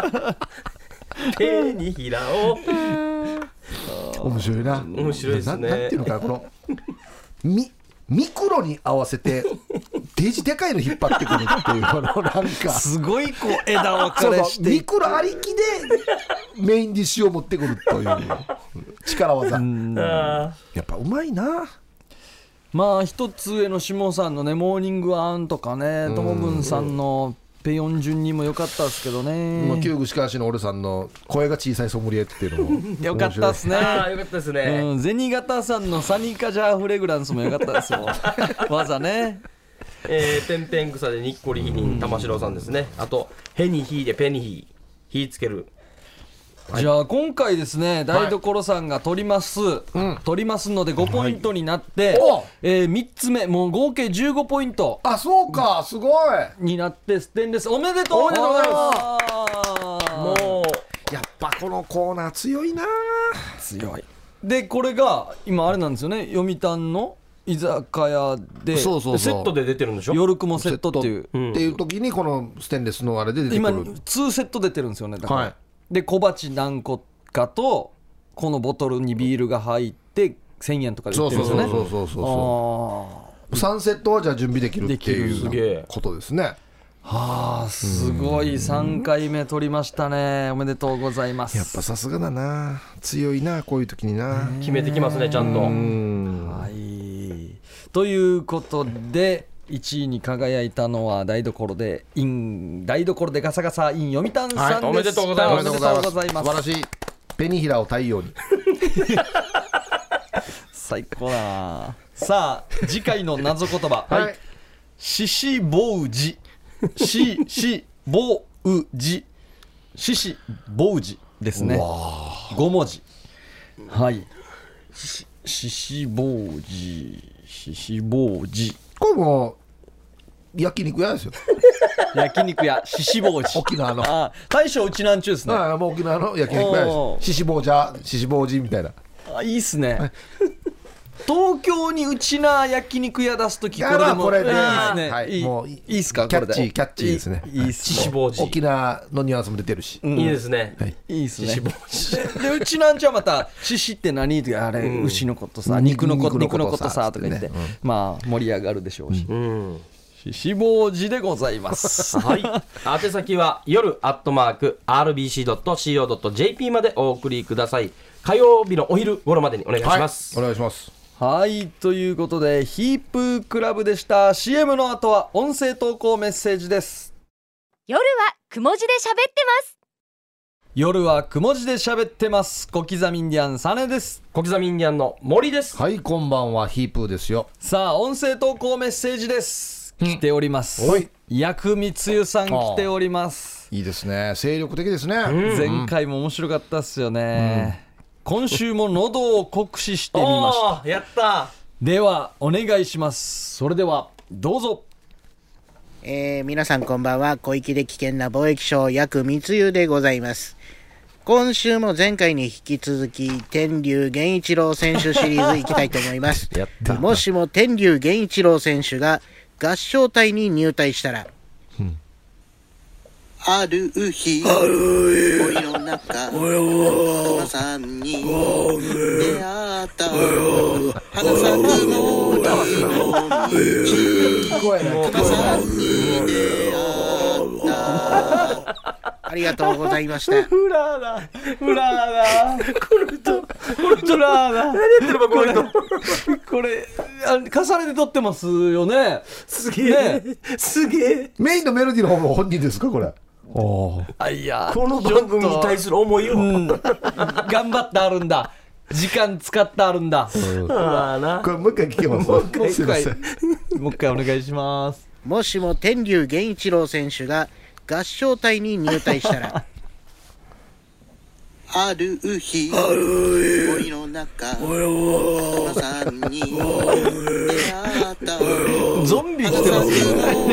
手にひらを面白いな面白いですねな, なんていうのかなこのみミクロに合わせてデジでかいの引っ張ってくるっていうこのなんかすごいこう枝分かれしてそうそうミクロありきでメインディッシュを持ってくるという力技やっぱうまいなまあ一つ上の下さんのねモーニングアンとかねともぶんさんのペヨンジュンにも良かったですけどね旧具しかしの俺さんの声が小さいソムリエっていうのも良かったですねあ良かったですね、 うん、銭形さんのサニーカジャーフレグランスも良かったですよ技ねえー、ペンペン草でにっこりひにん玉城さんですねあとヘにヒーでペにヒー火つけるじゃあ今回ですね台所さんが取ります、はい、取りますのでごポイントになって、はいえー、みっつめもう合計じゅうごポイントあそうかすごいになってステンレスおめでとうございますもうやっぱこのコーナー強いな強いでこれが今あれなんですよね読谷の居酒屋でそうそうそうセットで出てるんでしょ夜雲セットっていう、 うん、っていう時にこのステンレスのあれで出てくる今にセット出てるんですよねだから、 はいで小鉢何個かとこのボトルにビールが入ってせんえんとかで売ってるんですよねそうそうそうそうそうさんセットはじゃあ準備できるっていうことですねはあすごいさんかいめ取りましたねおめでとうございますやっぱさすがだな強いなこういう時にな決めてきますねちゃんとうんはいということでいちいに輝いたのは台所でイン台所でガサガサイン読谷さんでした、はい、 おめでとうございますおめでとうございます素晴らしいペニヒラを太陽に最高だなさあ次回の謎言葉はいししぼうじししぼうじししぼうじですねごもじはいしししぼうじししぼうじこれもう焼肉屋ですよ。 焼肉屋ししぼうじ沖縄のあ大将うちなんちゅうですね。 ああもう沖縄の焼肉屋です。ししぼうじゃししぼうじみたいな。 あいいっすね、はい、東京にうちな焼肉屋出すときこれでもこれでいいですね、 はい、 いいもういいっすかキャッチこれでーキャッチーですね。 いいいいっすね。ししぼうじ沖縄のニュアンスも出てるし、 うん、いいですね、 はい、 いいっすね。 ししぼうじでうちなんちはまたししって何ってあれ、うん、牛のことさ肉のこと肉のことさとか言って、ねうん、まあ盛り上がるでしょうし、うんししぼうじでございますはい宛先は夜アットマーク アールビーシードットシーオードットジェーピー までお送りください。火曜日のお昼頃までにお願いします、 はい、お願いします。 はいということでヒープークラブでした。 シーエム の後は音声投稿メッセージです。 夜はくも字で喋ってます。 夜はくも字で喋ってます。小刻みインディアンサネです。 小刻みインディアンの森です。 はい、こんばんは、ヒープーですよ。 さあ音声投稿メッセージです。来ております。薬味つゆさん来ております。 いいですね、精力的ですね、 うん、前回も面白かったっすよね、うん、今週も喉を酷使してみましたやった。 ではお願いします。それではどうぞ。 えー、皆さんこんばんは。小粋で危険な貿易商薬味つゆでございます。今週も前回に引き続き天竜源一郎選手シリーズいきたいと思いますやったもしも天竜源一郎選手が合唱隊に入隊したら、うん、ある日森の中熊さんに出会った花咲くの歌の道熊さんに出会ったありがとうございました。 フラーだフラーだこれとこれとフラーだ何やってるばこれとこれあ重ねて撮ってますよね。 すげえ、ね、すげえ。 メインのメロディーの方も本人ですかこれ。 おあいやこの番組に対する思いを、うん、 頑張ってあるんだ。時間使ってあるんだ、うん、 あなこれもう一回聞けます。もう一回もう一回お願いします。 もしも天竜源一郎選手が合唱隊に入隊したらある日森の中熊さんに出会ったゾンビ来てますけどね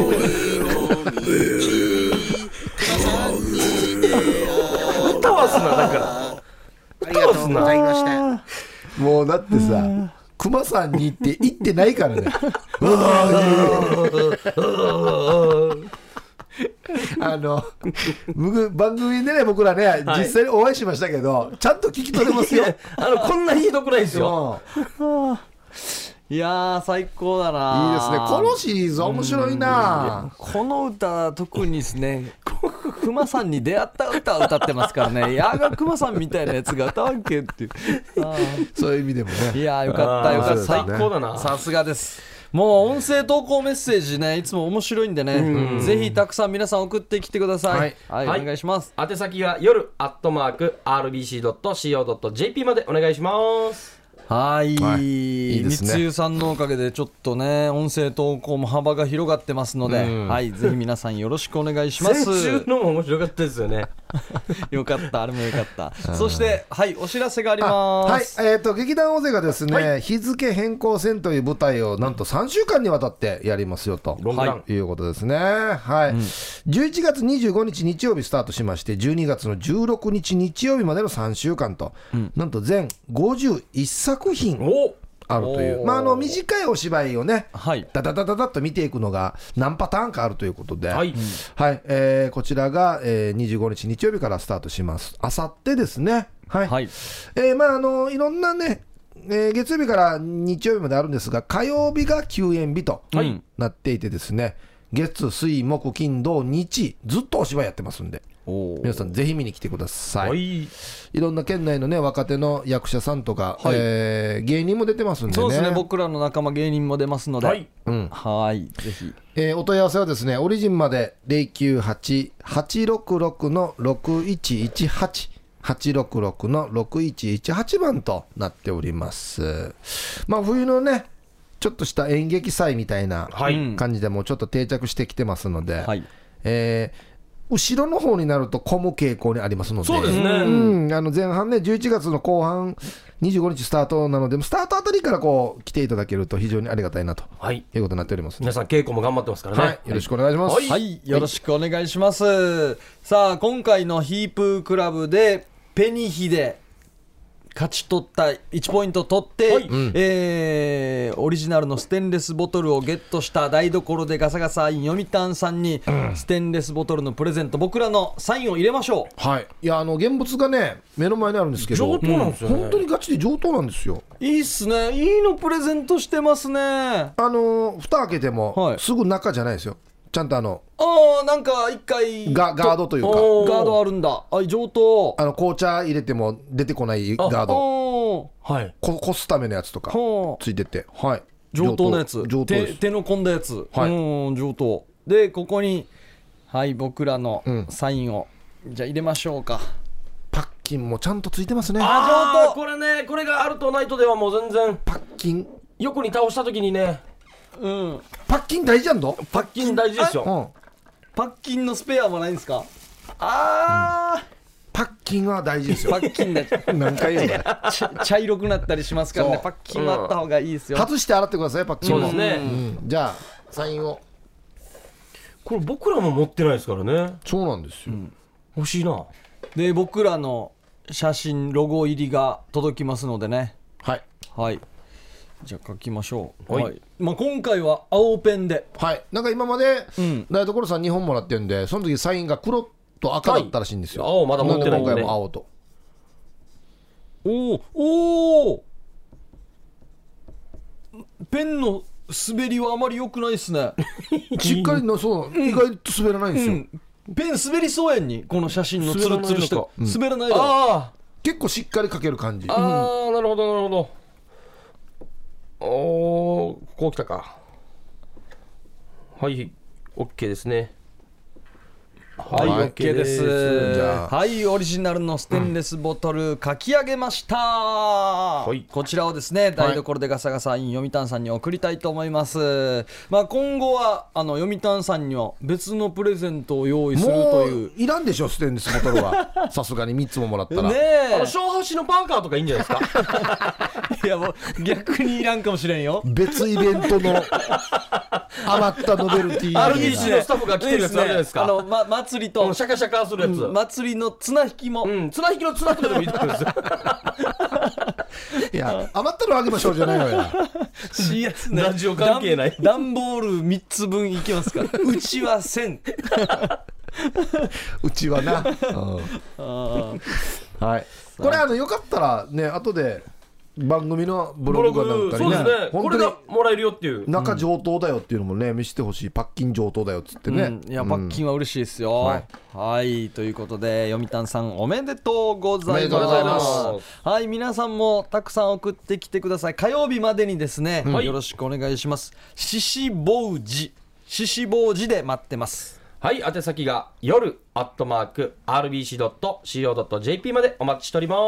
熊さんに出会った歌わすなだからありがとうございました。 もうだってさ熊さんに行って行ってないからねあの番組でね僕らね、はい、実際にお会いしましたけどちゃんと聞き取れますよあのこんなひどくないですよいやー最高だな。 いいですねこのシリーズ面白いな。 この歌特にですね熊さんに出会った歌を歌ってますからねやが熊さんみたいなやつが歌わんけっていうあそういう意味でもね。 いやーよかったよかった、 最高だな。 さすがです。もう音声投稿メッセージねいつも面白いんでねぜひたくさん皆さん送ってきてください。はい、はいはい、お願いします。 宛先は夜アットマーク アールビーシードットシーオードットジェーピー までお願いします。 はい、はい、 いいですね。 みつゆさんのおかげでちょっとね音声投稿も幅が広がってますので、うん、はいぜひ皆さんよろしくお願いします。 先週のも面白かったですよねよかったあれもよかったそしてはいお知らせがあります。 はい、えー、と劇団大勢がですね、はい、日付変更戦という舞台をなんとさんしゅうかんにわたってやりますよと、はい、いうことですね。はい、うん、じゅういちがつにじゅうごにち日曜日スタートしましてじゅうにがつのじゅうろくにち日曜日までのさんしゅうかんと、うん、なんと全ごじゅういっさくひんあるという、まあ、あの短いお芝居をね、はい、ダダダダダッと見ていくのが何パターンかあるということで、はいはい、えー、こちらが、えー、にじゅうごにち日曜日からスタートします。あさってですね。はい、はい、えー、まああのいろんなね、えー、月曜日から日曜日まであるんですが火曜日が休演日となっていてですね、月水木金土日ずっとお芝居やってますんで皆さんぜひ見に来てください。はい、いろんな県内の、ね、若手の役者さんとか、はい、えー、芸人も出てますんでね。 そうですね僕らの仲間芸人も出ますので、はい、うん、はいぜひ、 えー、お問い合わせはですねオリジンまで ゼロきゅうはち はちろくろく ろくいちいちはち はちろくろく ろくいちいちはち番となっております。まあ冬のねちょっとした演劇祭みたいな感じでもちょっと定着してきてますので、はい、えー後ろの方になると混む傾向にありますので、 そうですね、 うん、あの前半ねじゅういちがつの後半にじゅうごにちスタートなので、スタートあたりからこう来ていただけると非常にありがたいなと、 はい、 いうことになっております、ね、 皆さん稽古も頑張ってますからね、 はい、よろしくお願いします。 はい、はい、よろしくお願いします、はい、さあ今回のヒープークラブでペニヒで勝ち取ったいちポイント取って、はい、えー、オリジナルのステンレスボトルをゲットした台所でガサガサイン読谷さんに、うん、ステンレスボトルのプレゼント、僕らのサインを入れましょう。 はい、いやあの現物がね目の前にあるんですけど、 上等なんですよね、 うん、本当にガチで上等なんですよ。 いいっすね、いいのプレゼントしてますね。あの蓋開けても、はい、すぐ中じゃないですよ、ちゃんとあのあなんか一回ガガードというかガードあるんだ。あ上等。 あの紅茶入れても出てこないガード、はい、ここすためのやつとかついてて、はい、 上等なやつ、 上等です。 手、手の込んだやつ、 はい、 うん上等で、ここにはい僕らのサインを、うん、じゃあ入れましょうか。 パッキンもちゃんとついてますね。 あ上等。これね、これがあるとないとではもう全然。 パッキン横に倒した時にね、 うん、 パッキン大事やんの。 パッキン大事ですよ、うん、 パッキンのスペアもないんですか。あー、うん、 パッキンは大事ですよ。 パッキンだ何回言うの茶色くなったりしますからね、パッキンはあった方がいいですよ、 うん、外して洗ってくださいパッキンも。 そうですね、 うん、じゃあサインを。 これ僕らも持ってないですからね。 そうなんですよ、うん、 欲しいな。 で僕らの写真ロゴ入りが届きますのでね。 はいはい、じゃあ書きましょう。 はい、 はい、まあ、今回は青ペンで、 はい、なんか今まで、うん、台所さんにほんもらってるんで、その時サインが黒と赤だったらしいんですよ、 はい、青まだ持ってないんで、ね、 今回も青と。 おーおー、ペンの滑りはあまり良くないですねしっかりの、そう、うん、意外と滑らないんですよ、うん、 ペン滑りそうやんに、この写真のツルツルして滑らないだろ、うん、 あ結構しっかり書ける感じ。 ああ、うん、なるほどなるほど。おー、こうきたか。はい OK ですね。 はい、はい、OK です。じゃあはい、オリジナルのステンレスボトル書き上げました、はい、こちらをですね台所でガサガサイン読谷さんに送りたいと思います、まあ、今後はあの読谷さんには別のプレゼントを用意するという。 もういらんでしょステンレスボトルはさすがにみっつももらったらねえ、あの小橋のパーカーとかいいんじゃないですかいやもう逆にいらんかもしれんよ。 別イベントの余ったノベルティーアールビーシー のスタッフが来てるやつあるじゃないですか、 あの、ま、祭りと、 うん、シャカシャカするやつ、 うん、祭りの綱引きも、 うん、綱引きの綱とかでもいいと思うんですよいや余ったのあげましょうじゃないのよいやね、 ラジオ関係ない段ボールみっつぶんいきますからうちはせんうちはな、うん、はい、これあのよかったらね後で番組のブログかなんかにね、 そうですね、これがもらえるよっていう中上等だよっていうのもね見せてほしい。パッキン上等だよっつってね、 うん、いやパッキンは嬉しいですよ、うん、はい、はい、ということで読谷さんおめでとうございます。はい、皆さんもたくさん送ってきてください。火曜日までにですね、うん、よろしくお願いします。ししぼうじししぼうじで待ってます。 はい、宛先が夜アットマーク アールビーシードットシーオードットジェーピー までお待ちしております。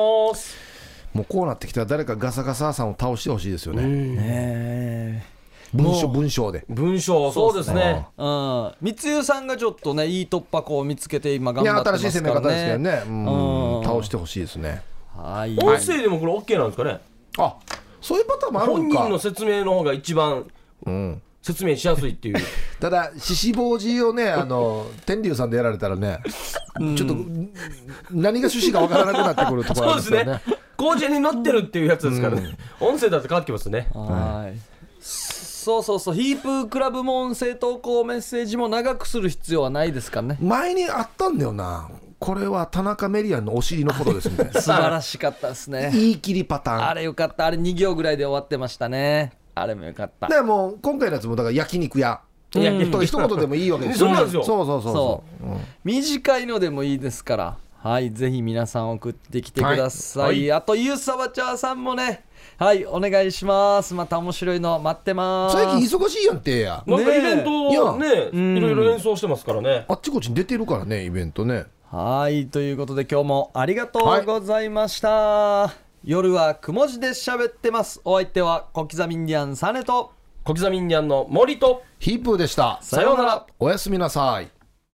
もうこうなってきたら誰かガサガサさんを倒してほしいですよね。 ね文章文章で文章そうですね。 みつゆさんがちょっとねいい突破口を見つけて今頑張ってますからね。 いや新しい攻め方ですけどね、うん、倒してほしいですね。 はい、 音声でもこれ OK なんですかね。 あ、そういうパターンもあるのか。 本人の説明の方が一番、うん、説明しやすいっていうただ獅子坊主をねあの天竜さんでやられたらねちょっと何が趣旨かわからなくなってくるところなんですよね。 工事に乗ってるっていうやつですからね、うん、音声だと変わってきますね。 はい、そうそうそう、ヒープークラブも音声投稿メッセージも長くする必要はないですからね。 前にあったんだよな、これは田中メリアンのお尻のことですみたいな素晴らしかったですね。 言い切りパターン、 あれよかった。あれに行ぐらいで終わってましたね。あれもよかった。 でもう今回のやつもだから焼肉屋と一言でもいいわけですよ。 そうなんですよ。 そうそうそうそう、 うん、短いのでもいいですから、はい、ぜひ皆さん送ってきてください、はいはい、あとゆうさばちゃーさんもね、はい、お願いします。また面白いの待ってます。 最近忙しいやんてや、 なんかイベントね、いろいろ演奏してますからね、 あっちこっちに出てるからねイベントね。 はい、ということで今日もありがとうございました、はい、夜はくも字で喋ってます。お相手は小刻みインディアンサネと小刻みインディアンの森とヒープーでした。 さようなら。 おやすみなさい。